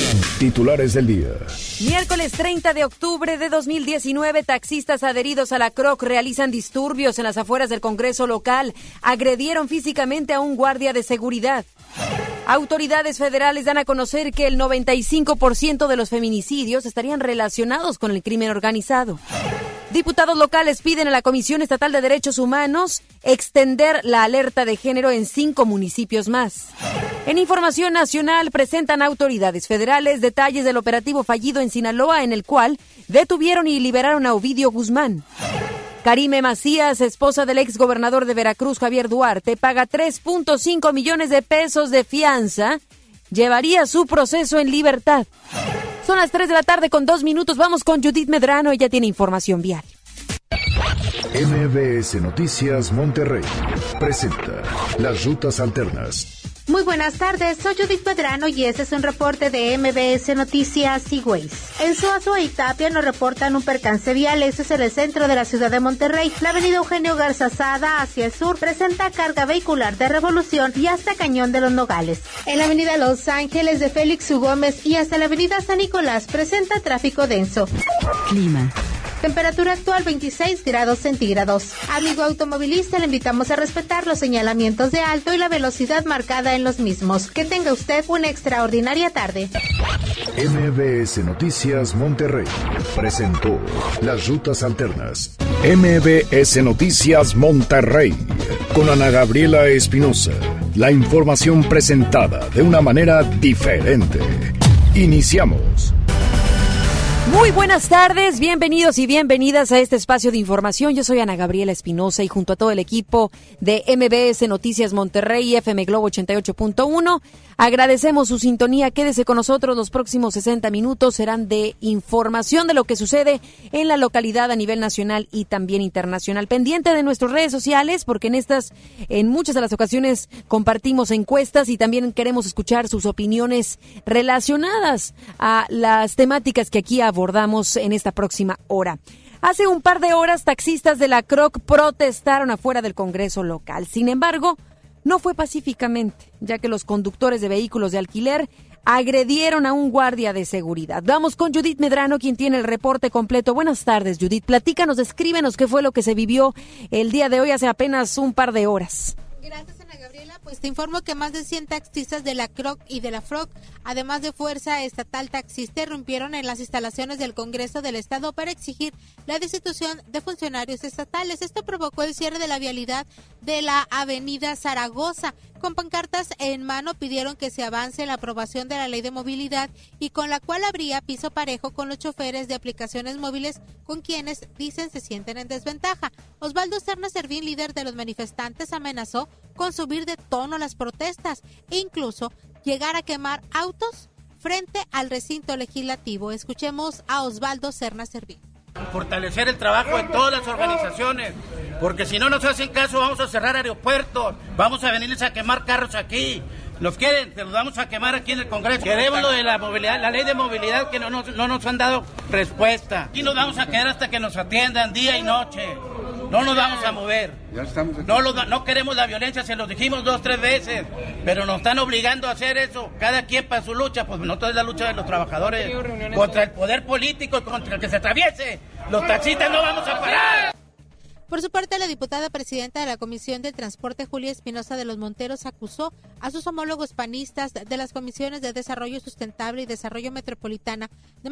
Titulares del día. Miércoles 30 de octubre de 2019, taxistas adheridos a la CROC realizan disturbios en las afueras del Congreso local. Agredieron físicamente a un guardia de seguridad. Autoridades federales dan a conocer que el 95% de los feminicidios estarían relacionados con el crimen organizado. Diputados locales piden a la Comisión Estatal de Derechos Humanos extender la alerta de género en 5 municipios más. En información nacional, presentan autoridades federales detalles del operativo fallido en Sinaloa, en el cual detuvieron y liberaron a Ovidio Guzmán. Karime Macías, esposa del exgobernador de Veracruz, Javier Duarte, paga 3.5 millones de pesos de fianza. Llevaría su proceso en libertad. Son las 3 de la tarde con 2 minutos. Vamos con Judith Medrano, ella tiene información vial. MBS Noticias Monterrey presenta Las Rutas Alternas. Muy buenas tardes, soy Judith Medrano y este es un reporte de MBS Noticias Sigüeyes. En Suazua y Tapia nos reportan un percance vial. Este es en el centro de la ciudad de Monterrey. La avenida Eugenio Garza Sada hacia el sur presenta carga vehicular de Revolución y hasta Cañón de los Nogales. En la avenida Los Ángeles de Félix U. Gómez y hasta la avenida San Nicolás presenta tráfico denso. Clima. Temperatura actual 26 grados centígrados. Amigo automovilista, le invitamos a respetar los señalamientos de alto y la velocidad marcada en los mismos. Que tenga usted una extraordinaria tarde. MBS Noticias Monterrey presentó Las Rutas Alternas. MBS Noticias Monterrey con Ana Gabriela Espinosa. La información presentada de una manera diferente. Iniciamos. Muy buenas tardes, bienvenidos y bienvenidas a este espacio de información. Yo soy Ana Gabriela Espinosa y junto a todo el equipo de MBS Noticias Monterrey y FM Globo 88.1, agradecemos su sintonía. Quédese con nosotros, los próximos 60 minutos serán de información de lo que sucede en la localidad a nivel nacional y también internacional. Pendiente de nuestras redes sociales, porque en muchas de las ocasiones compartimos encuestas y también queremos escuchar sus opiniones relacionadas a las temáticas que aquí abordamos en esta próxima hora. Hace un par de horas, taxistas de la CROC protestaron afuera del Congreso local. Sin embargo, no fue pacíficamente, ya que los conductores de vehículos de alquiler agredieron a un guardia de seguridad. Vamos con Judith Medrano, quien tiene el reporte completo. Buenas tardes, Judith. Platícanos, descríbenos qué fue lo que se vivió el día de hoy, hace apenas un par de horas. Gracias, Ana Gabriela. Pues te informo que más de 100 taxistas de la CROC y de la FROC, además de Fuerza Estatal Taxista, irrumpieron en las instalaciones del Congreso del Estado para exigir la destitución de funcionarios estatales. Esto provocó el cierre de la vialidad de la avenida Zaragoza. Con pancartas en mano pidieron que se avance en la aprobación de la ley de movilidad y con la cual habría piso parejo con los choferes de aplicaciones móviles con quienes dicen se sienten en desventaja. Osvaldo Serna Servín, líder de los manifestantes, amenazó con subir de tono las protestas e incluso llegar a quemar autos frente al recinto legislativo. Escuchemos a Osvaldo Serna Servín. Fortalecer el trabajo de todas las organizaciones, porque si no nos hacen caso vamos a cerrar aeropuertos, vamos a venirles a quemar carros aquí. Los quieren, te los vamos a quemar aquí en el Congreso. Queremos lo de la movilidad, la ley de movilidad que no nos han dado respuesta. Aquí nos vamos a quedar hasta que nos atiendan día y noche. No nos vamos a mover. No queremos la violencia, se los dijimos 2, 3 veces, pero nos están obligando a hacer eso. Cada quien para su lucha, pues no toda es la lucha de los trabajadores contra el poder político y contra el que se atraviese. Los taxistas no vamos a parar. Por su parte, la diputada presidenta de la Comisión del Transporte, Julia Espinosa de los Monteros, acusó a sus homólogos panistas de las comisiones de Desarrollo Sustentable y Desarrollo Metropolitano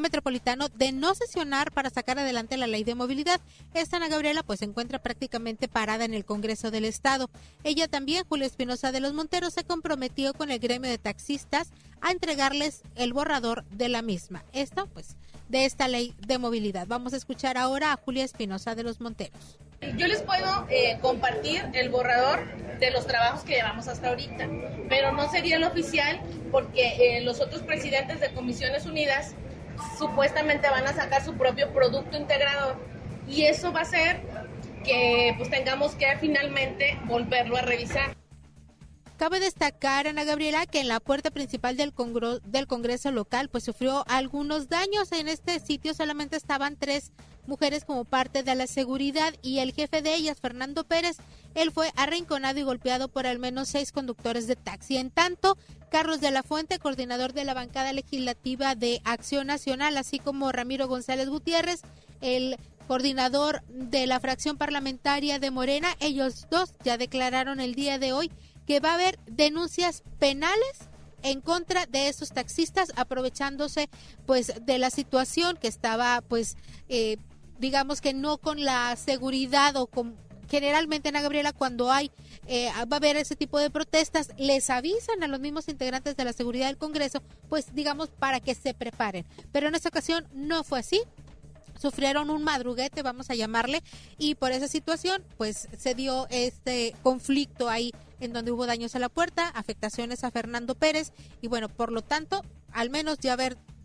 de no sesionar para sacar adelante la ley de movilidad. Esta, Ana Gabriela, pues se encuentra prácticamente parada en el Congreso del Estado. Ella también, Julia Espinosa de los Monteros, se comprometió con el gremio de taxistas a entregarles el borrador de la misma. Esto, pues, de esta ley de movilidad. Vamos a escuchar ahora a Julia Espinosa de los Monteros. Yo les puedo compartir el borrador de los trabajos que llevamos hasta ahorita, pero no sería el oficial porque los otros presidentes de Comisiones Unidas supuestamente van a sacar su propio producto integrador y eso va a hacer que pues tengamos que finalmente volverlo a revisar. Cabe destacar, Ana Gabriela, que en la puerta principal del Congreso local pues sufrió algunos daños. En este sitio solamente estaban 3 mujeres como parte de la seguridad y el jefe de ellas, Fernando Pérez, él fue arrinconado y golpeado por al menos 6 conductores de taxi. En tanto, Carlos de la Fuente, coordinador de la bancada legislativa de Acción Nacional, así como Ramiro González Gutiérrez, el coordinador de la fracción parlamentaria de Morena, ellos dos ya declararon el día de hoy que va a haber denuncias penales en contra de esos taxistas, aprovechándose pues de la situación que estaba pues digamos que no con la seguridad o con generalmente, Ana Gabriela, cuando va a haber ese tipo de protestas, les avisan a los mismos integrantes de la seguridad del Congreso, pues digamos para que se preparen. Pero en esta ocasión no fue así. Sufrieron un madruguete, vamos a llamarle, y por esa situación se dio este conflicto ahí en donde hubo daños a la puerta, afectaciones a Fernando Pérez, y bueno, por lo tanto, al menos ya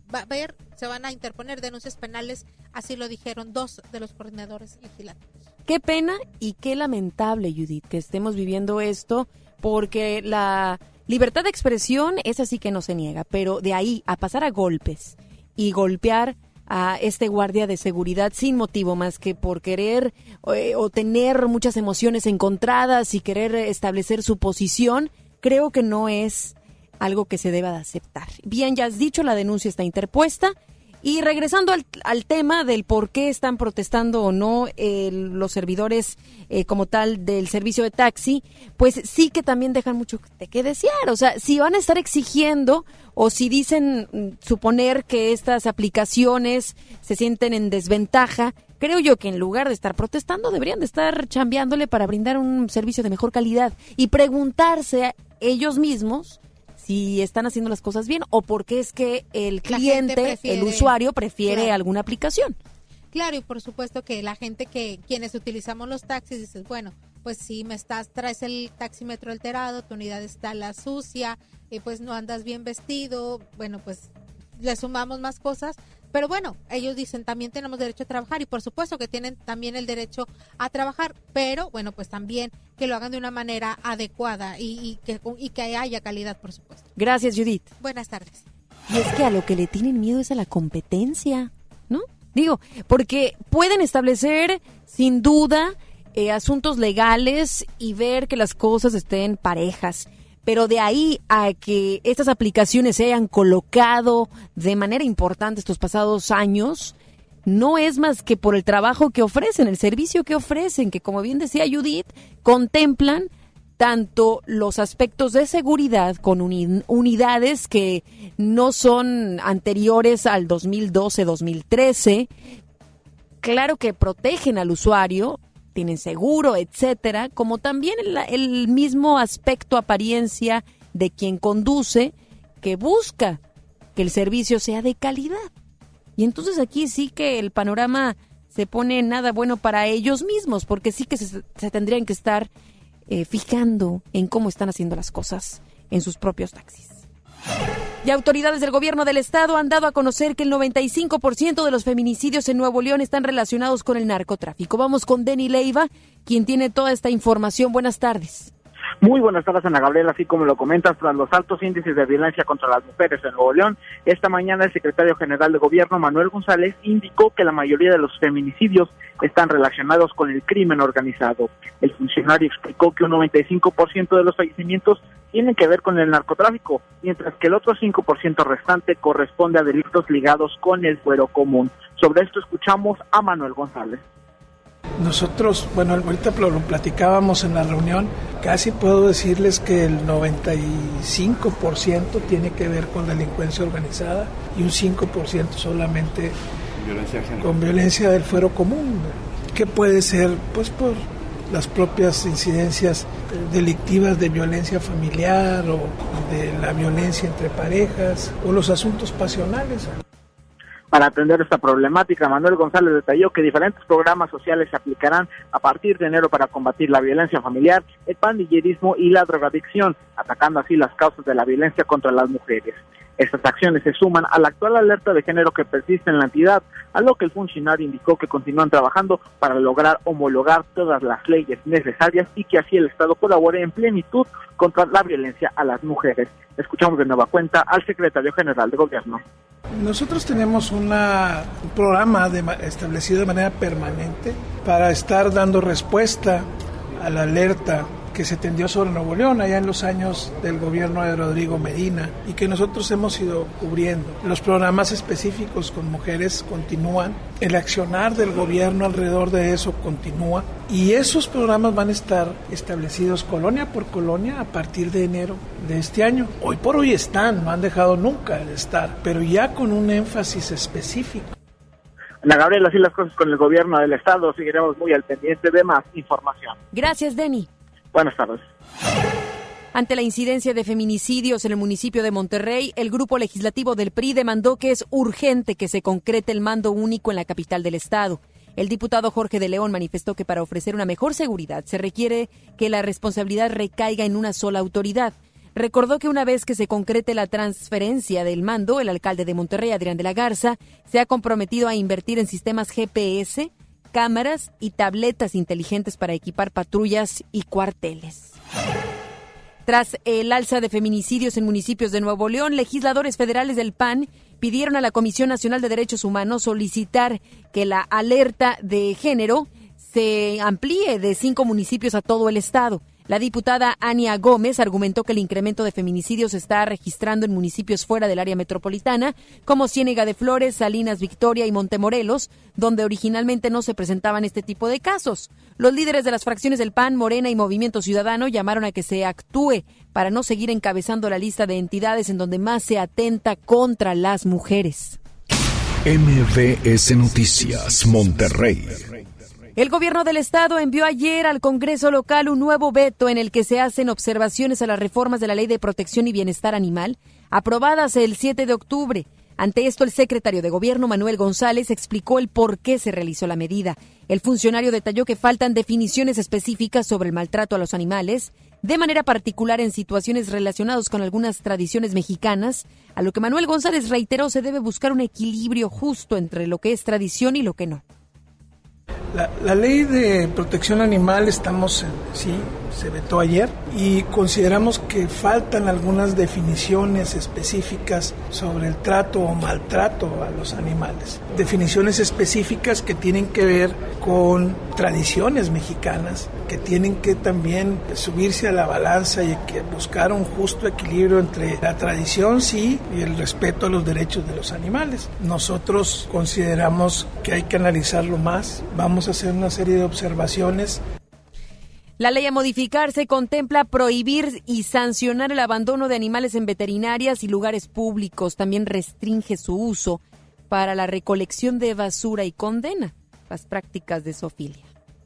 se van a interponer denuncias penales, así lo dijeron 2 de los coordinadores legislativos. Qué pena y qué lamentable, Judith, que estemos viviendo esto, porque la libertad de expresión es así que no se niega, pero de ahí a pasar a golpes y golpear a este guardia de seguridad sin motivo más que por querer o tener muchas emociones encontradas y querer establecer su posición, creo que no es algo que se deba de aceptar. Bien, ya has dicho, la denuncia está interpuesta. Y regresando al tema del por qué están protestando o no los servidores como tal del servicio de taxi, pues sí que también dejan mucho de qué desear. O sea, si van a estar exigiendo o si dicen suponer que estas aplicaciones se sienten en desventaja, creo yo que en lugar de estar protestando deberían de estar chambeándole para brindar un servicio de mejor calidad y preguntarse a ellos mismos si están haciendo las cosas bien o por qué es que el cliente, el usuario prefiere alguna aplicación. Claro, y por supuesto que la gente quienes utilizamos los taxis, dices, bueno, pues si traes el taxímetro alterado, tu unidad está la sucia, pues no andas bien vestido, bueno, pues le sumamos más cosas, pero bueno, ellos dicen también tenemos derecho a trabajar y por supuesto que tienen también el derecho a trabajar, pero bueno, pues también que lo hagan de una manera adecuada y que haya calidad, por supuesto. Gracias, Judith. Buenas tardes. Y es que a lo que le tienen miedo es a la competencia, ¿no? Digo, porque pueden establecer sin duda asuntos legales y ver que las cosas estén parejas, pero de ahí a que estas aplicaciones se hayan colocado de manera importante estos pasados años, no es más que por el trabajo que ofrecen, el servicio que ofrecen, que como bien decía Judith, contemplan tanto los aspectos de seguridad con unidades que no son anteriores al 2012-2013, claro que protegen al usuario, tienen seguro, etcétera, como también el mismo aspecto, apariencia de quien conduce, que busca que el servicio sea de calidad. Y entonces aquí sí que el panorama se pone nada bueno para ellos mismos, porque sí que se tendrían que estar fijando en cómo están haciendo las cosas en sus propios taxis. Y autoridades del gobierno del estado han dado a conocer que el 95% de los feminicidios en Nuevo León están relacionados con el narcotráfico. Vamos con Denny Leiva, quien tiene toda esta información. Buenas tardes. Muy buenas tardes, Ana Gabriela. Así como lo comentas, tras los altos índices de violencia contra las mujeres en Nuevo León, esta mañana el secretario general de gobierno, Manuel González, indicó que la mayoría de los feminicidios están relacionados con el crimen organizado. El funcionario explicó que un 95% de los fallecimientos tienen que ver con el narcotráfico, mientras que el otro 5% restante corresponde a delitos ligados con el fuero común. Sobre esto escuchamos a Manuel González. Nosotros, bueno, ahorita lo platicábamos en la reunión, casi puedo decirles que el 95% tiene que ver con delincuencia organizada y un 5% solamente con violencia del fuero común, que puede ser pues por las propias incidencias delictivas de violencia familiar o de la violencia entre parejas o los asuntos pasionales. Para atender esta problemática, Manuel González detalló que diferentes programas sociales se aplicarán a partir de enero para combatir la violencia familiar, el pandillerismo y la drogadicción, atacando así las causas de la violencia contra las mujeres. Estas acciones se suman a la actual alerta de género que persiste en la entidad, a lo que el funcionario indicó que continúan trabajando para lograr homologar todas las leyes necesarias y que así el Estado colabore en plenitud contra la violencia a las mujeres. Escuchamos de nueva cuenta al secretario general de Gobierno. Nosotros tenemos un programa establecido de manera permanente para estar dando respuesta a la alerta que se tendió sobre Nuevo León allá en los años del gobierno de Rodrigo Medina y que nosotros hemos ido cubriendo. Los programas específicos con mujeres continúan, el accionar del gobierno alrededor de eso continúa y esos programas van a estar establecidos colonia por colonia a partir de enero de este año. Hoy por hoy están, no han dejado nunca de estar, pero ya con un énfasis específico. Ana Gabriela, así las cosas con el gobierno del Estado, seguiremos muy al pendiente de más información. Gracias, Denny. Buenas tardes. Ante la incidencia de feminicidios en el municipio de Monterrey, el grupo legislativo del PRI demandó que es urgente que se concrete el mando único en la capital del estado. El diputado Jorge de León manifestó que para ofrecer una mejor seguridad se requiere que la responsabilidad recaiga en una sola autoridad. Recordó que una vez que se concrete la transferencia del mando, el alcalde de Monterrey, Adrián de la Garza, se ha comprometido a invertir en sistemas GPS, cámaras y tabletas inteligentes para equipar patrullas y cuarteles. Tras el alza de feminicidios en municipios de Nuevo León, legisladores federales del PAN pidieron a la Comisión Nacional de Derechos Humanos solicitar que la alerta de género se amplíe de 5 municipios a todo el estado. La diputada Ania Gómez argumentó que el incremento de feminicidios se está registrando en municipios fuera del área metropolitana, como Ciénega de Flores, Salinas Victoria y Montemorelos, donde originalmente no se presentaban este tipo de casos. Los líderes de las fracciones del PAN, Morena y Movimiento Ciudadano llamaron a que se actúe para no seguir encabezando la lista de entidades en donde más se atenta contra las mujeres. MBS Noticias, Monterrey. El gobierno del estado envió ayer al Congreso local un nuevo veto en el que se hacen observaciones a las reformas de la Ley de Protección y Bienestar Animal, aprobadas el 7 de octubre. Ante esto, el secretario de Gobierno, Manuel González, explicó el por qué se realizó la medida. El funcionario detalló que faltan definiciones específicas sobre el maltrato a los animales, de manera particular en situaciones relacionadas con algunas tradiciones mexicanas, a lo que Manuel González reiteró se debe buscar un equilibrio justo entre lo que es tradición y lo que no. La ley de protección animal se vetó ayer y consideramos que faltan algunas definiciones específicas sobre el trato o maltrato a los animales. Definiciones específicas que tienen que ver con tradiciones mexicanas, que tienen que también subirse a la balanza y que buscar un justo equilibrio entre la tradición, sí, y el respeto a los derechos de los animales. Nosotros consideramos que hay que analizarlo más. Vamos a hacer una serie de observaciones. La ley a modificarse contempla prohibir y sancionar el abandono de animales en veterinarias y lugares públicos. También restringe su uso para la recolección de basura y condena las prácticas de zoofilia.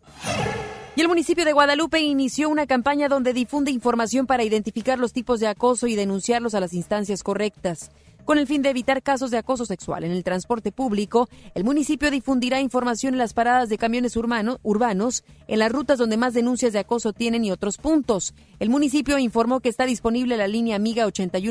Y el municipio de Guadalupe inició una campaña donde difunde información para identificar los tipos de acoso y denunciarlos a las instancias correctas. Con el fin de evitar casos de acoso sexual en el transporte público, el municipio difundirá información en las paradas de camiones urbanos, en las rutas donde más denuncias de acoso tienen y otros puntos. El municipio informó que está disponible la línea Amiga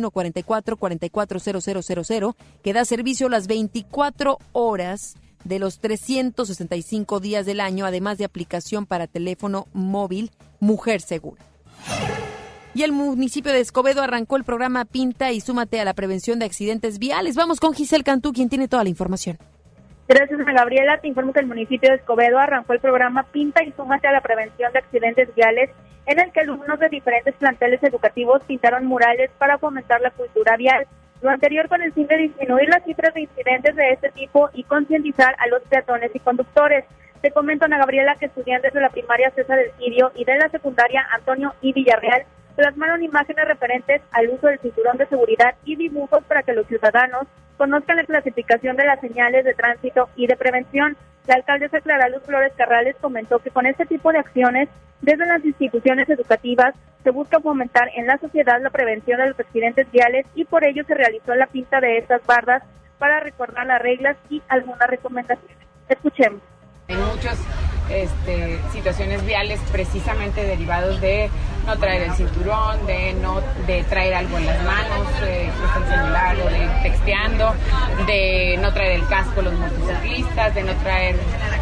8144-440000, que da servicio las 24 horas de los 365 días del año, además de aplicación para teléfono móvil Mujer Segura. Y el municipio de Escobedo arrancó el programa Pinta y Súmate a la Prevención de Accidentes Viales. Vamos con Giselle Cantú, quien tiene toda la información. Gracias, Ana Gabriela. Te informo que el municipio de Escobedo arrancó el programa Pinta y Súmate a la Prevención de Accidentes Viales, en el que alumnos de diferentes planteles educativos pintaron murales para fomentar la cultura vial. Lo anterior con el fin de disminuir las cifras de incidentes de este tipo y concientizar a los peatones y conductores. Te comento, Ana Gabriela, que estudiantes de la primaria César del Sirio y de la secundaria Antonio I. Villarreal plasmaron imágenes referentes al uso del cinturón de seguridad y dibujos para que los ciudadanos conozcan la clasificación de las señales de tránsito y de prevención. La alcaldesa Clara Luz Flores Carrales comentó que con este tipo de acciones, desde las instituciones educativas, se busca fomentar en la sociedad la prevención de los accidentes viales y por ello se realizó la pinta de estas bardas para recordar las reglas y algunas recomendaciones. Escuchemos. Hay muchas situaciones viales precisamente derivados de no traer el cinturón, de traer algo en las manos, el celular o de texteando, de no traer el casco los motociclistas, de no traer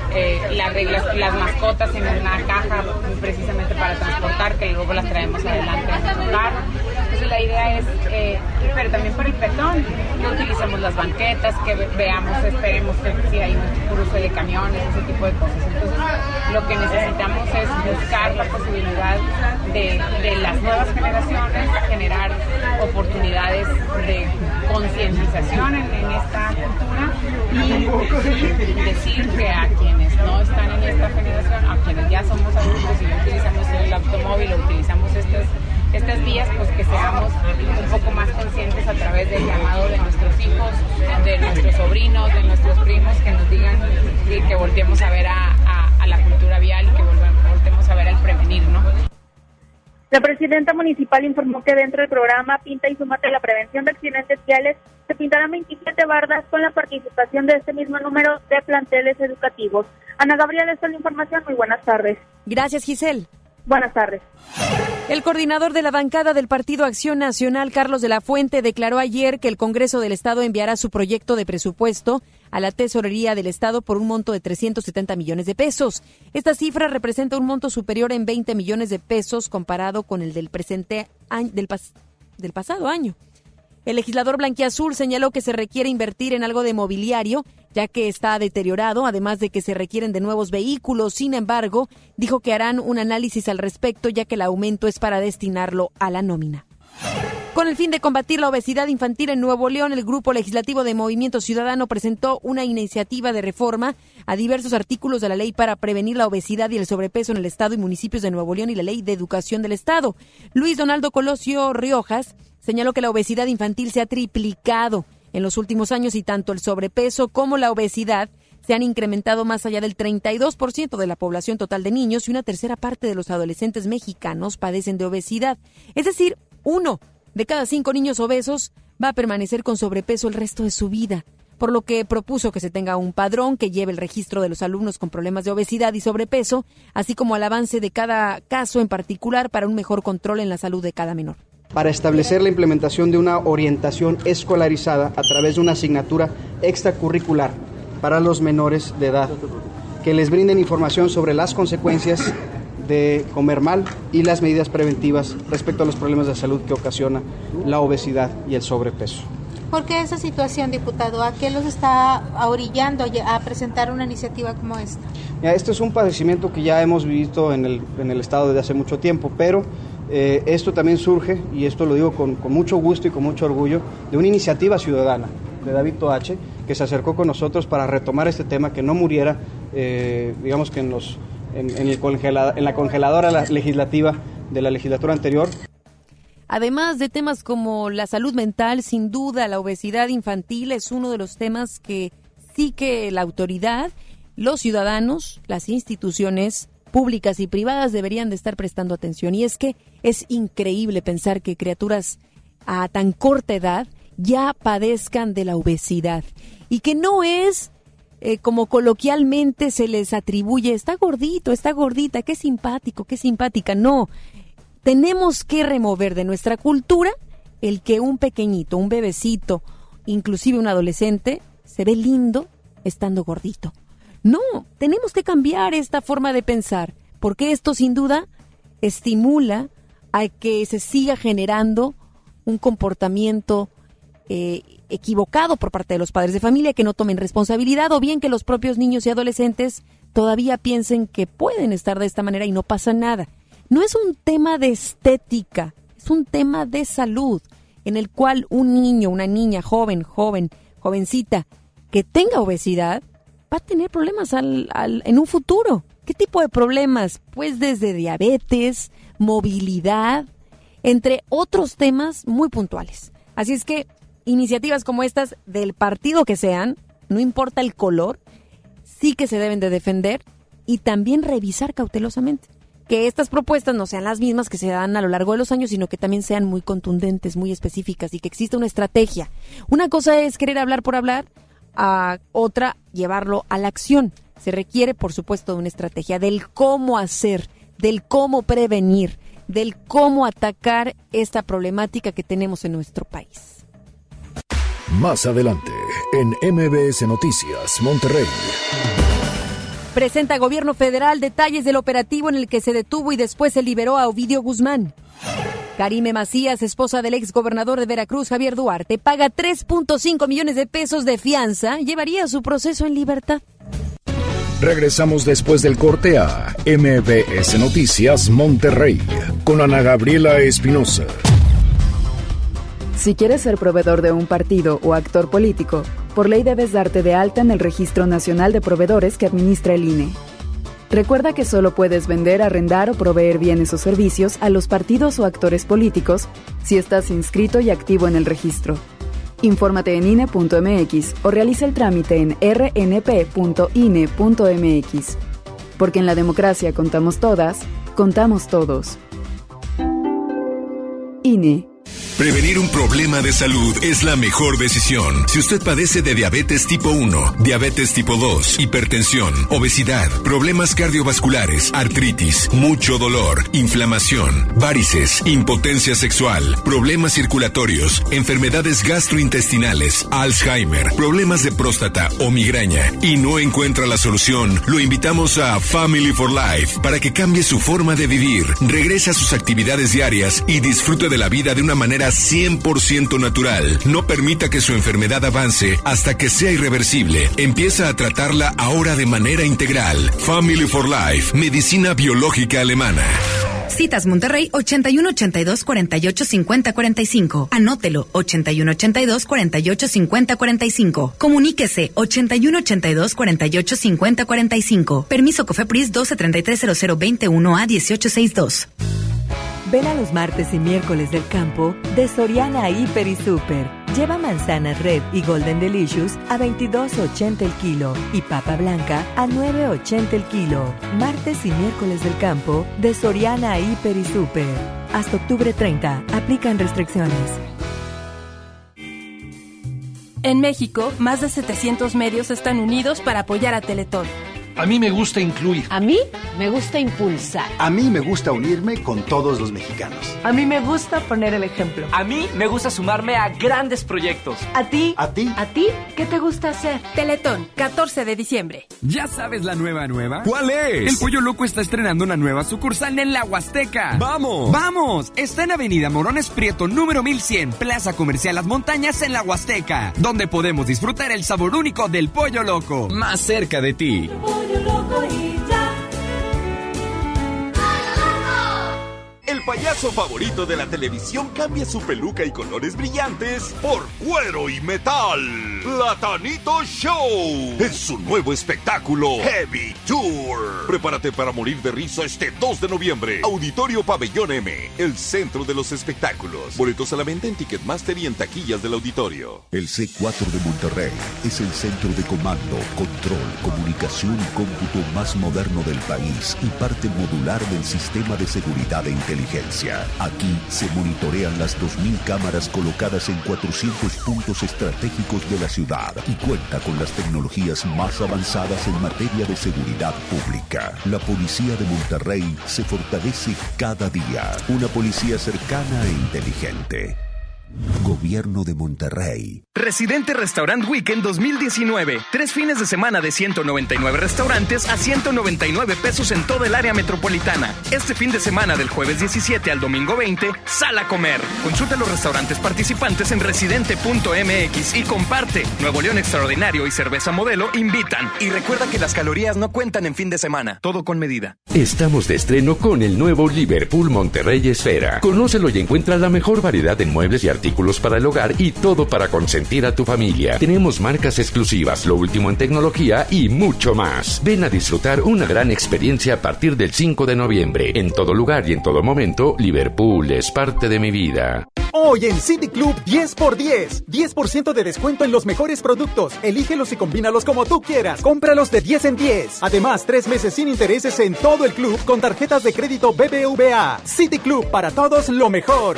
las mascotas en una caja precisamente para transportar, que luego las traemos adelante en nuestro carro. Entonces la idea es, pero también por el peatón, no utilicemos las banquetas, que esperemos que si hay un uso de camiones, ese tipo de cosas. Entonces lo que necesitamos es buscar la posibilidad de las nuevas generaciones generar oportunidades de concientización en esta cultura y decir que a quienes no están en esta generación, a quienes ya somos adultos y no utilizamos el automóvil o utilizamos estas vías, pues que seamos un poco más conscientes a través del llamado de nuestros hijos, de nuestros sobrinos, de nuestros primos, que nos digan que volteemos a ver a la cultura vial y que volteemos a ver al prevenir, ¿no? La presidenta municipal informó que dentro del programa Pinta y Súmate a la prevención de accidentes viales se pintarán 27 bardas con la participación de este mismo número de planteles educativos. Ana Gabriela, esta es la información. Muy buenas tardes. Gracias, Giselle. Buenas tardes. El coordinador de la bancada del Partido Acción Nacional, Carlos de la Fuente, declaró ayer que el Congreso del Estado enviará su proyecto de presupuesto a la Tesorería del Estado por un monto de 370 millones de pesos. Esta cifra representa un monto superior en 20 millones de pesos comparado con el del presente año, del pasado año. El legislador blanquiazul señaló que se requiere invertir en algo de mobiliario, ya que está deteriorado, además de que se requieren de nuevos vehículos. Sin embargo, dijo que harán un análisis al respecto, ya que el aumento es para destinarlo a la nómina. Con el fin de combatir la obesidad infantil en Nuevo León, el Grupo Legislativo de Movimiento Ciudadano presentó una iniciativa de reforma a diversos artículos de la ley para prevenir la obesidad y el sobrepeso en el Estado y municipios de Nuevo León y la Ley de Educación del Estado. Luis Donaldo Colosio Riojas señaló que la obesidad infantil se ha triplicado en los últimos años y tanto el sobrepeso como la obesidad se han incrementado más allá del 32% de la población total de niños y una tercera parte de los adolescentes mexicanos padecen de obesidad. Es decir, 1 de cada 5 niños obesos va a permanecer con sobrepeso el resto de su vida, por lo que propuso que se tenga un padrón que lleve el registro de los alumnos con problemas de obesidad y sobrepeso, así como el avance de cada caso en particular para un mejor control en la salud de cada menor. Para establecer la implementación de una orientación escolarizada a través de una asignatura extracurricular para los menores de edad, que les brinden información sobre las consecuencias de comer mal y las medidas preventivas respecto a los problemas de salud que ocasiona la obesidad y el sobrepeso. ¿Por qué esa situación, diputado? ¿A qué los está orillando a presentar una iniciativa como esta? Esto es un padecimiento que ya hemos visto en el Estado desde hace mucho tiempo, pero esto también surge, y esto lo digo con mucho gusto y con mucho orgullo, de una iniciativa ciudadana de David Toache, que se acercó con nosotros para retomar este tema, que no muriera, digamos que en la congeladora legislativa de la legislatura anterior. Además de temas como la salud mental, sin duda la obesidad infantil es uno de los temas que sí que la autoridad, los ciudadanos, las instituciones públicas y privadas deberían de estar prestando atención. Y es que es increíble pensar que criaturas a tan corta edad ya padezcan de la obesidad y que no es como coloquialmente se les atribuye, está gordito, está gordita, qué simpático, qué simpática. No, tenemos que remover de nuestra cultura el que un pequeñito, un bebecito, inclusive un adolescente, se ve lindo estando gordito. No, tenemos que cambiar esta forma de pensar, porque esto sin duda estimula a que se siga generando un comportamiento equivocado por parte de los padres de familia, que no tomen responsabilidad, o bien que los propios niños y adolescentes todavía piensen que pueden estar de esta manera y no pasa nada. No es un tema de estética, es un tema de salud, en el cual un niño, una niña, jovencita, que tenga obesidad, va a tener problemas en un futuro. ¿Qué tipo de problemas? Pues desde diabetes, movilidad, entre otros temas muy puntuales. Así es que iniciativas como estas, del partido que sean, no importa el color, sí que se deben de defender y también revisar cautelosamente. Que estas propuestas no sean las mismas que se dan a lo largo de los años, sino que también sean muy contundentes, muy específicas y que exista una estrategia. Una cosa es querer hablar por hablar, a otra llevarlo a la acción. Se requiere, por supuesto, de una estrategia del cómo hacer, del cómo prevenir, del cómo atacar esta problemática que tenemos en nuestro país. Más adelante, en MBS Noticias, Monterrey. Presenta Gobierno Federal detalles del operativo en el que se detuvo y después se liberó a Ovidio Guzmán. Karime Macías, esposa del exgobernador de Veracruz, Javier Duarte, paga 3.5 millones de pesos de fianza. Llevaría su proceso en libertad. Regresamos después del corte a MBS Noticias Monterrey con Ana Gabriela Espinosa. Si quieres ser proveedor de un partido o actor político, por ley debes darte de alta en el Registro Nacional de Proveedores que administra el INE. Recuerda que solo puedes vender, arrendar o proveer bienes o servicios a los partidos o actores políticos si estás inscrito y activo en el registro. Infórmate en INE.mx o realiza el trámite en rnp.ine.mx. Porque en la democracia contamos todas, contamos todos. INE. Prevenir un problema de salud es la mejor decisión. Si usted padece de diabetes tipo 1, diabetes tipo 2, hipertensión, obesidad, problemas cardiovasculares, artritis, mucho dolor, inflamación, varices, impotencia sexual, problemas circulatorios, enfermedades gastrointestinales, Alzheimer, problemas de próstata o migraña y no encuentra la solución, lo invitamos a Family for Life para que cambie su forma de vivir, regrese a sus actividades diarias y disfrute de la vida de una manera 100% natural. No permita que su enfermedad avance hasta que sea irreversible. Empieza a tratarla ahora de manera integral. Family for Life, medicina biológica alemana. Citas Monterrey 8182-485045. Anótelo 8182-485045. Comuníquese 8182-485045. Permiso COFEPRIS 12330021A1862. Ven a los martes y miércoles del campo de Soriana Hiper y Super. Lleva manzanas Red y Golden Delicious a $22.80 el kilo y papa blanca a $9.80 el kilo. Martes y miércoles del campo de Soriana Hiper y Super. Hasta octubre 30. Aplican restricciones. En México, más de 700 medios están unidos para apoyar a Teletón. A mí me gusta incluir. A mí me gusta impulsar. A mí me gusta unirme con todos los mexicanos. A mí me gusta poner el ejemplo. A mí me gusta sumarme a grandes proyectos. ¿A ti? ¿A ti? ¿A ti? ¿Qué te gusta hacer? Teletón, 14 de diciembre. ¿Ya sabes la nueva? ¿Cuál es? El Pollo Loco está estrenando una nueva sucursal en la Huasteca. ¡Vamos! ¡Vamos! Está en Avenida Morones Prieto, número 1100, Plaza Comercial Las Montañas en la Huasteca, donde podemos disfrutar el sabor único del Pollo Loco. Más cerca de ti. El payaso favorito de la televisión cambia su peluca y colores brillantes por cuero y metal. Platanito Show es su nuevo espectáculo Heavy Tour. Prepárate para morir de risa este 2 de noviembre. Auditorio Pabellón M, el centro de los espectáculos. Boletos a la venta en Ticketmaster y en taquillas del auditorio. El C4 de Monterrey es el centro de comando, control, comunicación y cómputo más moderno del país y parte modular del sistema de seguridad e inteligencia. Aquí se monitorean las 2.000 cámaras colocadas en 400 puntos estratégicos de la ciudad y cuenta con las tecnologías más avanzadas en materia de seguridad pública. La Policía de Monterrey se fortalece cada día. Una policía cercana e inteligente. Gobierno de Monterrey. Residente Restaurant Weekend 2019. 3 fines de semana de 199 restaurantes a 199 pesos en toda el área metropolitana. Este fin de semana del jueves 17 al domingo 20, sal a comer. Consulta los restaurantes participantes en residente.mx y comparte. Nuevo León Extraordinario y Cerveza Modelo invitan. Y recuerda que las calorías no cuentan en fin de semana. Todo con medida. Estamos de estreno con el nuevo Liverpool Monterrey Esfera. Conócelo y encuentra la mejor variedad en muebles y artículos para el hogar y todo para consentir a tu familia. Tenemos marcas exclusivas, lo último en tecnología y mucho más. Ven a disfrutar una gran experiencia a partir del 5 de noviembre. En todo lugar y en todo momento, Liverpool es parte de mi vida. Hoy en City Club 10x10. 10% de descuento en los mejores productos. Elígelos y combínalos como tú quieras. Cómpralos de 10 en 10. Además, 3 meses sin intereses en todo el club con tarjetas de crédito BBVA. City Club, para todos lo mejor.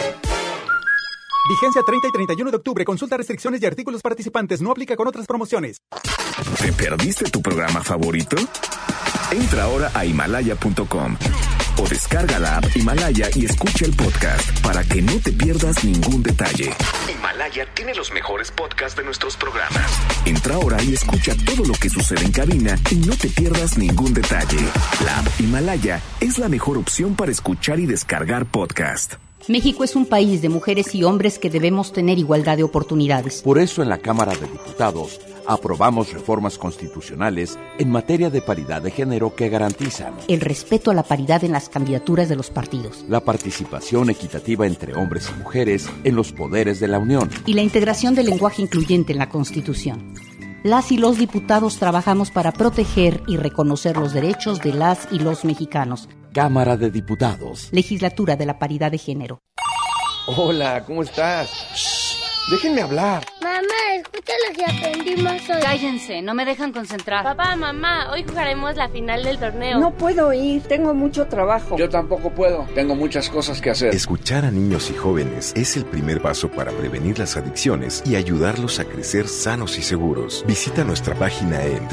Vigencia 30 y 31 de octubre. Consulta restricciones y artículos participantes. No aplica con otras promociones. ¿Te perdiste tu programa favorito? Entra ahora a Himalaya.com o descarga la app Himalaya y escucha el podcast para que no te pierdas ningún detalle. Himalaya tiene los mejores podcasts de nuestros programas. Entra ahora y escucha todo lo que sucede en cabina y no te pierdas ningún detalle. La app Himalaya es la mejor opción para escuchar y descargar podcast. México es un país de mujeres y hombres que debemos tener igualdad de oportunidades. Por eso en la Cámara de Diputados aprobamos reformas constitucionales en materia de paridad de género que garantizan el respeto a la paridad en las candidaturas de los partidos, la participación equitativa entre hombres y mujeres en los poderes de la Unión y la integración del lenguaje incluyente en la Constitución. Las y los diputados trabajamos para proteger y reconocer los derechos de las y los mexicanos. Cámara de Diputados. Legislatura de la Paridad de Género. Hola, ¿cómo estás? Shh, déjenme hablar. Mamá, escucha lo que aprendimos hoy. Cállense, no me dejan concentrar. Papá, mamá, hoy jugaremos la final del torneo. No puedo ir, tengo mucho trabajo. Yo tampoco puedo, tengo muchas cosas que hacer. Escuchar a niños y jóvenes es el primer paso para prevenir las adicciones y ayudarlos a crecer sanos y seguros. Visita nuestra página en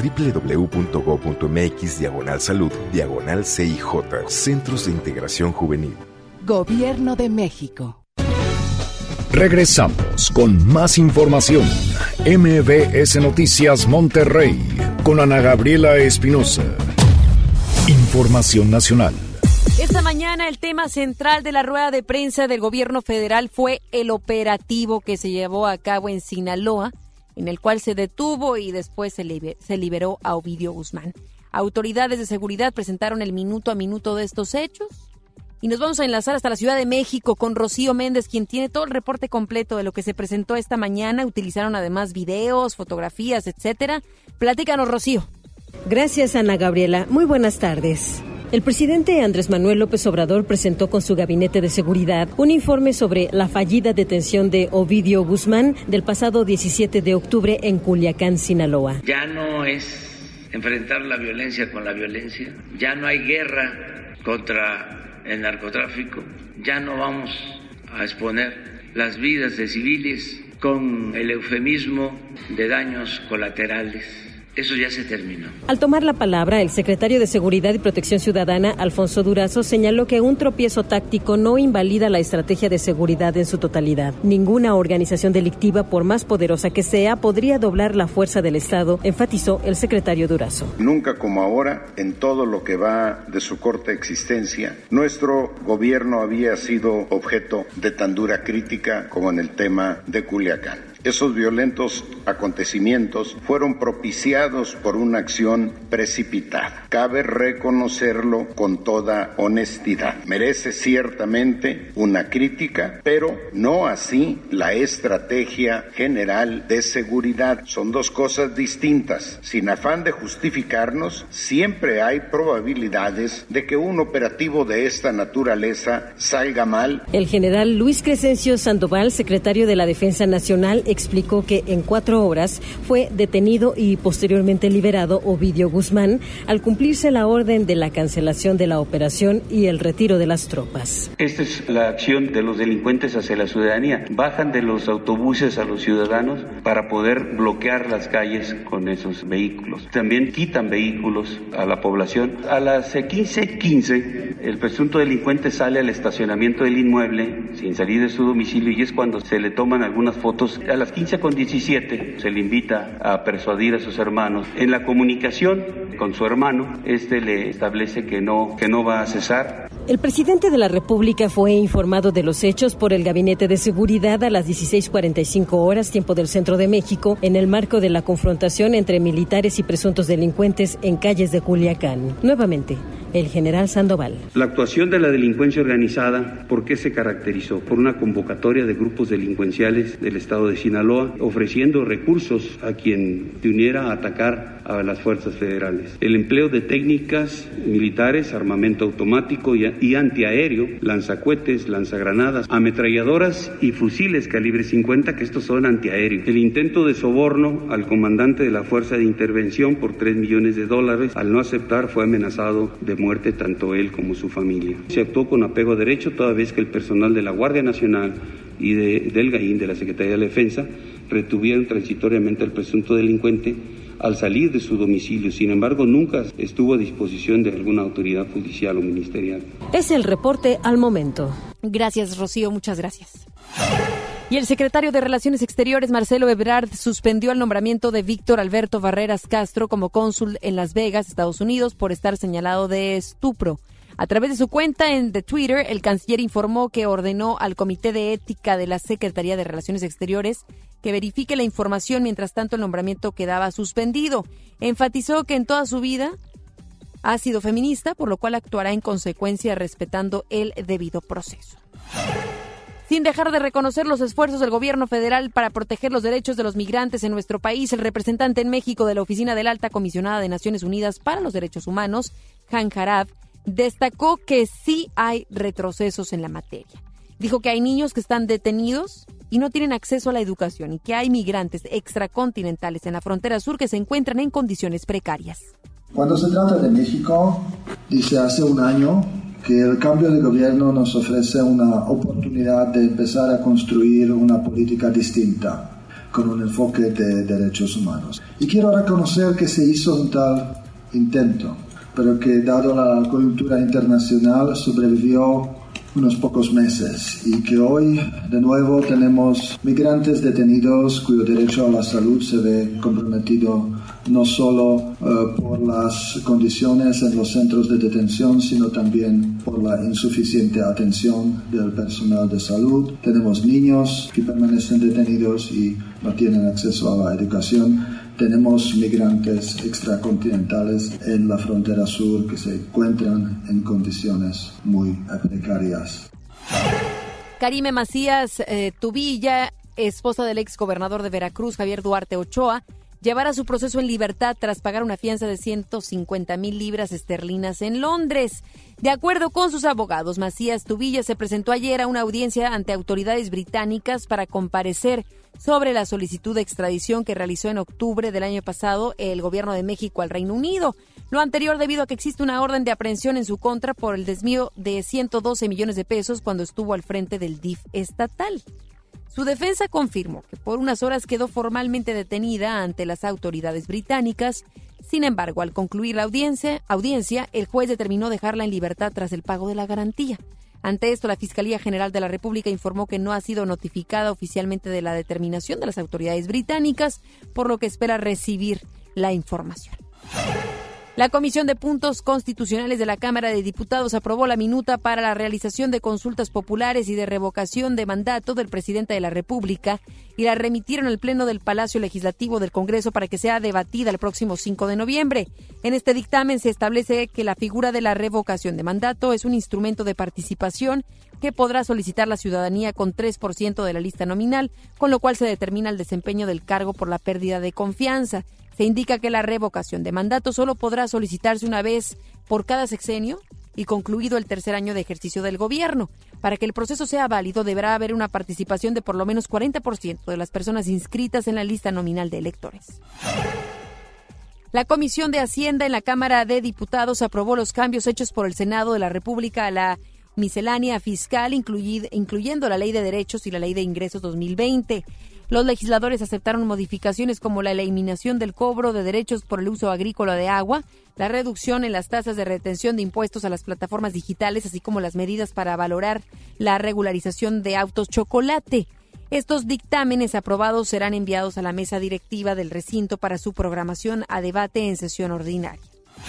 www.mx/salud/CIJ, Centros de Integración Juvenil. Gobierno de México. Regresamos con más información. MBS Noticias Monterrey con Ana Gabriela Espinosa. Información nacional. Esta mañana el tema central de la rueda de prensa del gobierno federal fue el operativo que se llevó a cabo en Sinaloa, en el cual se detuvo y después se liberó a Ovidio Guzmán. Autoridades de seguridad presentaron el minuto a minuto de estos hechos. Y nos vamos a enlazar hasta la Ciudad de México con Rocío Méndez, quien tiene todo el reporte completo de lo que se presentó esta mañana. Utilizaron además videos, fotografías, etcétera. Platícanos, Rocío. Gracias, Ana Gabriela. Muy buenas tardes. El presidente Andrés Manuel López Obrador presentó con su gabinete de seguridad un informe sobre la fallida detención de Ovidio Guzmán del pasado 17 de octubre en Culiacán, Sinaloa. Ya no es enfrentar la violencia con la violencia, ya no hay guerra contra el narcotráfico, ya no vamos a exponer las vidas de civiles con el eufemismo de daños colaterales. Eso ya se terminó. Al tomar la palabra, el secretario de Seguridad y Protección Ciudadana, Alfonso Durazo, señaló que un tropiezo táctico no invalida la estrategia de seguridad en su totalidad. Ninguna organización delictiva, por más poderosa que sea, podría doblar la fuerza del Estado, enfatizó el secretario Durazo. Nunca como ahora, en todo lo que va de su corta existencia, nuestro gobierno había sido objeto de tan dura crítica como en el tema de Culiacán. Esos violentos acontecimientos fueron propiciados por una acción precipitada. Cabe reconocerlo con toda honestidad. Merece ciertamente una crítica, pero no así la estrategia general de seguridad. Son dos cosas distintas. Sin afán de justificarnos, siempre hay probabilidades de que un operativo de esta naturaleza salga mal. El general Luis Crescencio Sandoval, secretario de la Defensa Nacional, explicó que en 4 horas fue detenido y posteriormente liberado Ovidio Guzmán al cumplirse la orden de la cancelación de la operación y el retiro de las tropas. Esta es la acción de los delincuentes hacia la ciudadanía. Bajan de los autobuses a los ciudadanos para poder bloquear las calles con esos vehículos. También quitan vehículos a la población. A las 15:15, el presunto delincuente sale al estacionamiento del inmueble sin salir de su domicilio y es cuando se le toman algunas fotos. A las 15:17 se le invita a persuadir a sus hermanos. En la comunicación con su hermano, le establece que no va a cesar. El presidente de la República fue informado de los hechos por el Gabinete de Seguridad a las 16:45 horas, tiempo del Centro de México, en el marco de la confrontación entre militares y presuntos delincuentes en calles de Culiacán. Nuevamente, el general Sandoval. La actuación de la delincuencia organizada, ¿por qué se caracterizó? Por una convocatoria de grupos delincuenciales del estado de Sinaloa, ofreciendo recursos a quien se uniera a atacar a las fuerzas federales. El empleo de técnicas militares, armamento automático y antiaéreo, lanzacohetes, lanzagranadas, ametralladoras y fusiles calibre 50, que estos son antiaéreos. El intento de soborno al comandante de la Fuerza de Intervención por $3 millones. Al no aceptar, fue amenazado de muerte tanto él como su familia. Se actuó con apego a derecho, toda vez que el personal de la Guardia Nacional y del GAIN, de la Secretaría de la Defensa, retuvieron transitoriamente al presunto delincuente al salir de su domicilio. Sin embargo, nunca estuvo a disposición de alguna autoridad judicial o ministerial. Es el reporte al momento. Gracias, Rocío, muchas gracias. Y el secretario de Relaciones Exteriores, Marcelo Ebrard, suspendió el nombramiento de Víctor Alberto Barreras Castro como cónsul en Las Vegas, Estados Unidos, por estar señalado de estupro. A través de su cuenta de Twitter, el canciller informó que ordenó al Comité de Ética de la Secretaría de Relaciones Exteriores que verifique la información. Mientras tanto, el nombramiento quedaba suspendido. Enfatizó que en toda su vida ha sido feminista, por lo cual actuará en consecuencia respetando el debido proceso. Sin dejar de reconocer los esfuerzos del gobierno federal para proteger los derechos de los migrantes en nuestro país, el representante en México de la Oficina de la Alta Comisionada de Naciones Unidas para los Derechos Humanos, Han Jarab, destacó que sí hay retrocesos en la materia. Dijo que hay niños que están detenidos y no tienen acceso a la educación y que hay migrantes extracontinentales en la frontera sur que se encuentran en condiciones precarias. Cuando se trata de México, dice hace un año que el cambio de gobierno nos ofrece una oportunidad de empezar a construir una política distinta, con un enfoque de derechos humanos. Y quiero reconocer que se hizo un tal intento, pero que dado la coyuntura internacional sobrevivió unos pocos meses y que hoy de nuevo tenemos migrantes detenidos cuyo derecho a la salud se ve comprometido no solo por las condiciones en los centros de detención, sino también por la insuficiente atención del personal de salud. Tenemos niños que permanecen detenidos y no tienen acceso a la educación. Tenemos migrantes extracontinentales en la frontera sur que se encuentran en condiciones muy precarias. Karime Macías Tubilla, esposa del ex gobernador de Veracruz, Javier Duarte Ochoa, llevará su proceso en libertad tras pagar una fianza de 150,000 libras esterlinas en Londres. De acuerdo con sus abogados, Macías Tubilla se presentó ayer a una audiencia ante autoridades británicas para comparecer sobre la solicitud de extradición que realizó en octubre del año pasado el gobierno de México al Reino Unido. Lo anterior debido a que existe una orden de aprehensión en su contra por el desvío de 112 millones de pesos cuando estuvo al frente del DIF estatal. Su defensa confirmó que por unas horas quedó formalmente detenida ante las autoridades británicas. Sin embargo, al concluir la audiencia, el juez determinó dejarla en libertad tras el pago de la garantía. Ante esto, la Fiscalía General de la República informó que no ha sido notificada oficialmente de la determinación de las autoridades británicas, por lo que espera recibir la información. La Comisión de Puntos Constitucionales de la Cámara de Diputados aprobó la minuta para la realización de consultas populares y de revocación de mandato del presidente de la República y la remitieron al Pleno del Palacio Legislativo del Congreso para que sea debatida el próximo 5 de noviembre. En este dictamen se establece que la figura de la revocación de mandato es un instrumento de participación que podrá solicitar la ciudadanía con 3% de la lista nominal, con lo cual se determina el desempeño del cargo por la pérdida de confianza. Se indica que la revocación de mandato solo podrá solicitarse una vez por cada sexenio y concluido el tercer año de ejercicio del gobierno. Para que el proceso sea válido, deberá haber una participación de por lo menos 40% de las personas inscritas en la lista nominal de electores. La Comisión de Hacienda en la Cámara de Diputados aprobó los cambios hechos por el Senado de la República a la miscelánea fiscal, incluyendo la Ley de Derechos y la Ley de Ingresos 2020. Los legisladores aceptaron modificaciones como la eliminación del cobro de derechos por el uso agrícola de agua, la reducción en las tasas de retención de impuestos a las plataformas digitales, así como las medidas para valorar la regularización de autos chocolate. Estos dictámenes aprobados serán enviados a la mesa directiva del recinto para su programación a debate en sesión ordinaria.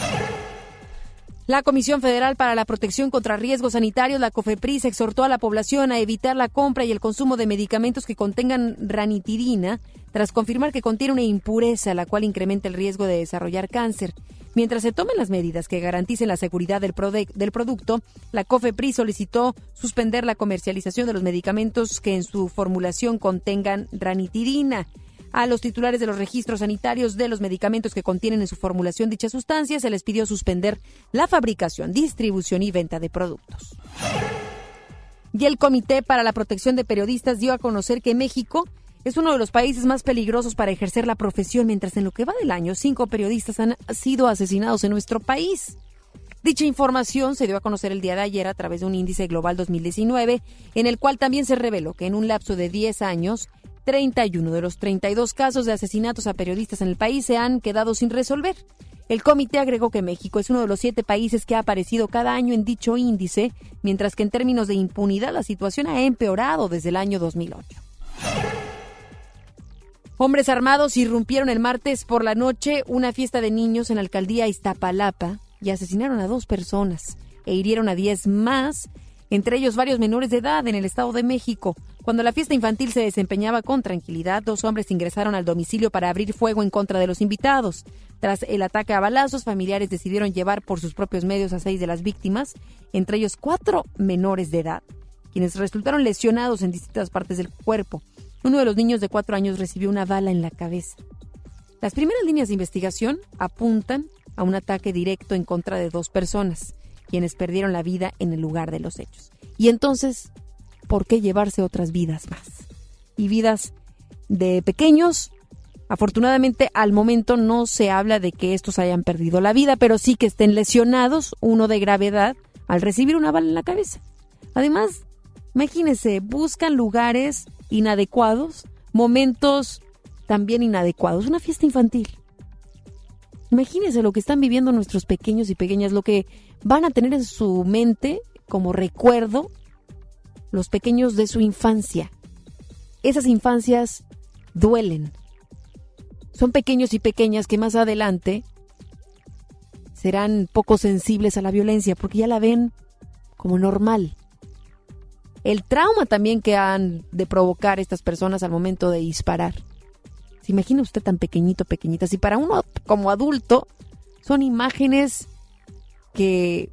La Comisión Federal para la Protección contra Riesgos Sanitarios, la COFEPRIS, exhortó a la población a evitar la compra y el consumo de medicamentos que contengan ranitidina, tras confirmar que contiene una impureza, la cual incrementa el riesgo de desarrollar cáncer. Mientras se tomen las medidas que garanticen la seguridad del producto, la COFEPRIS solicitó suspender la comercialización de los medicamentos que en su formulación contengan ranitidina. A los titulares de los registros sanitarios de los medicamentos que contienen en su formulación dicha sustancia se les pidió suspender la fabricación, distribución y venta de productos. Y el Comité para la Protección de Periodistas dio a conocer que México es uno de los países más peligrosos para ejercer la profesión, mientras en lo que va del año 5 periodistas han sido asesinados en nuestro país. Dicha información se dio a conocer el día de ayer a través de un índice global 2019, en el cual también se reveló que en un lapso de 10 años, 31 de los 32 casos de asesinatos a periodistas en el país se han quedado sin resolver. El comité agregó que México es uno de los 7 países que ha aparecido cada año en dicho índice, mientras que en términos de impunidad la situación ha empeorado desde el año 2008. Hombres armados irrumpieron el martes por la noche una fiesta de niños en la alcaldía Iztapalapa y asesinaron a 2 personas e hirieron a 10 más, entre ellos varios menores de edad en el Estado de México. Cuando la fiesta infantil se desempeñaba con tranquilidad, 2 hombres ingresaron al domicilio para abrir fuego en contra de los invitados. Tras el ataque a balazos, familiares decidieron llevar por sus propios medios a 6 de las víctimas, entre ellos 4 menores de edad, quienes resultaron lesionados en distintas partes del cuerpo. Uno de los niños de 4 años recibió una bala en la cabeza. Las primeras líneas de investigación apuntan a un ataque directo en contra de 2 personas, quienes perdieron la vida en el lugar de los hechos. Y entonces, ¿por qué llevarse otras vidas más? Y vidas de pequeños. Afortunadamente, al momento no se habla de que estos hayan perdido la vida, pero sí que estén lesionados, uno de gravedad, al recibir una bala en la cabeza. Además, imagínense, buscan lugares inadecuados, momentos también inadecuados. Una fiesta infantil. Imagínense lo que están viviendo nuestros pequeños y pequeñas, lo que van a tener en su mente como recuerdo los pequeños de su infancia. Esas infancias duelen. Son pequeños y pequeñas que más adelante serán poco sensibles a la violencia porque ya la ven como normal. El trauma también que han de provocar estas personas al momento de disparar. ¿Se imagina usted tan pequeñito, pequeñita? Si para uno como adulto son imágenes que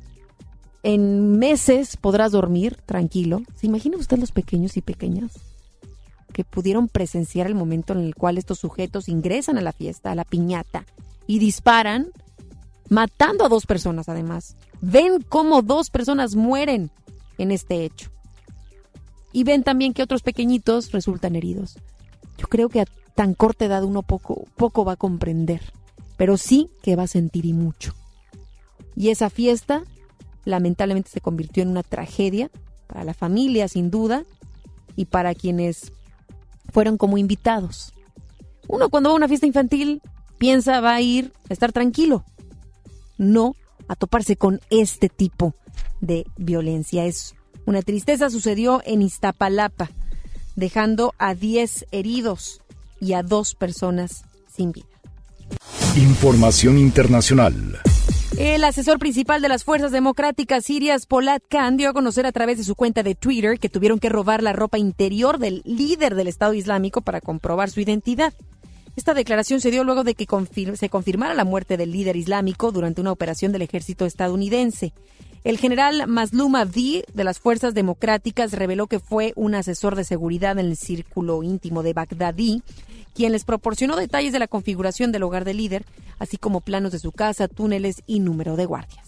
en meses podrás dormir tranquilo. ¿Se imagina usted los pequeños y pequeñas que pudieron presenciar el momento en el cual estos sujetos ingresan a la fiesta, a la piñata, y disparan, matando a 2 personas además? Ven cómo 2 personas mueren en este hecho. Y ven también que otros pequeñitos resultan heridos. Yo creo que a tan corta edad uno poco va a comprender, pero sí que va a sentir y mucho. Y esa fiesta lamentablemente se convirtió en una tragedia para la familia, sin duda, y para quienes fueron como invitados. Uno cuando va a una fiesta infantil piensa va a ir a estar tranquilo, no a toparse con este tipo de violencia. Es una tristeza, sucedió en Iztapalapa, dejando a 10 heridos y a 2 personas sin vida. Información internacional. El asesor principal de las Fuerzas Democráticas Sirias, Polat Khan, dio a conocer a través de su cuenta de Twitter que tuvieron que robar la ropa interior del líder del Estado Islámico para comprobar su identidad. Esta declaración se dio luego de que se confirmara la muerte del líder islámico durante una operación del ejército estadounidense. El general Mazloum Abdi de las Fuerzas Democráticas reveló que fue un asesor de seguridad en el círculo íntimo de Bagdadí, quien les proporcionó detalles de la configuración del hogar del líder, así como planos de su casa, túneles y número de guardias.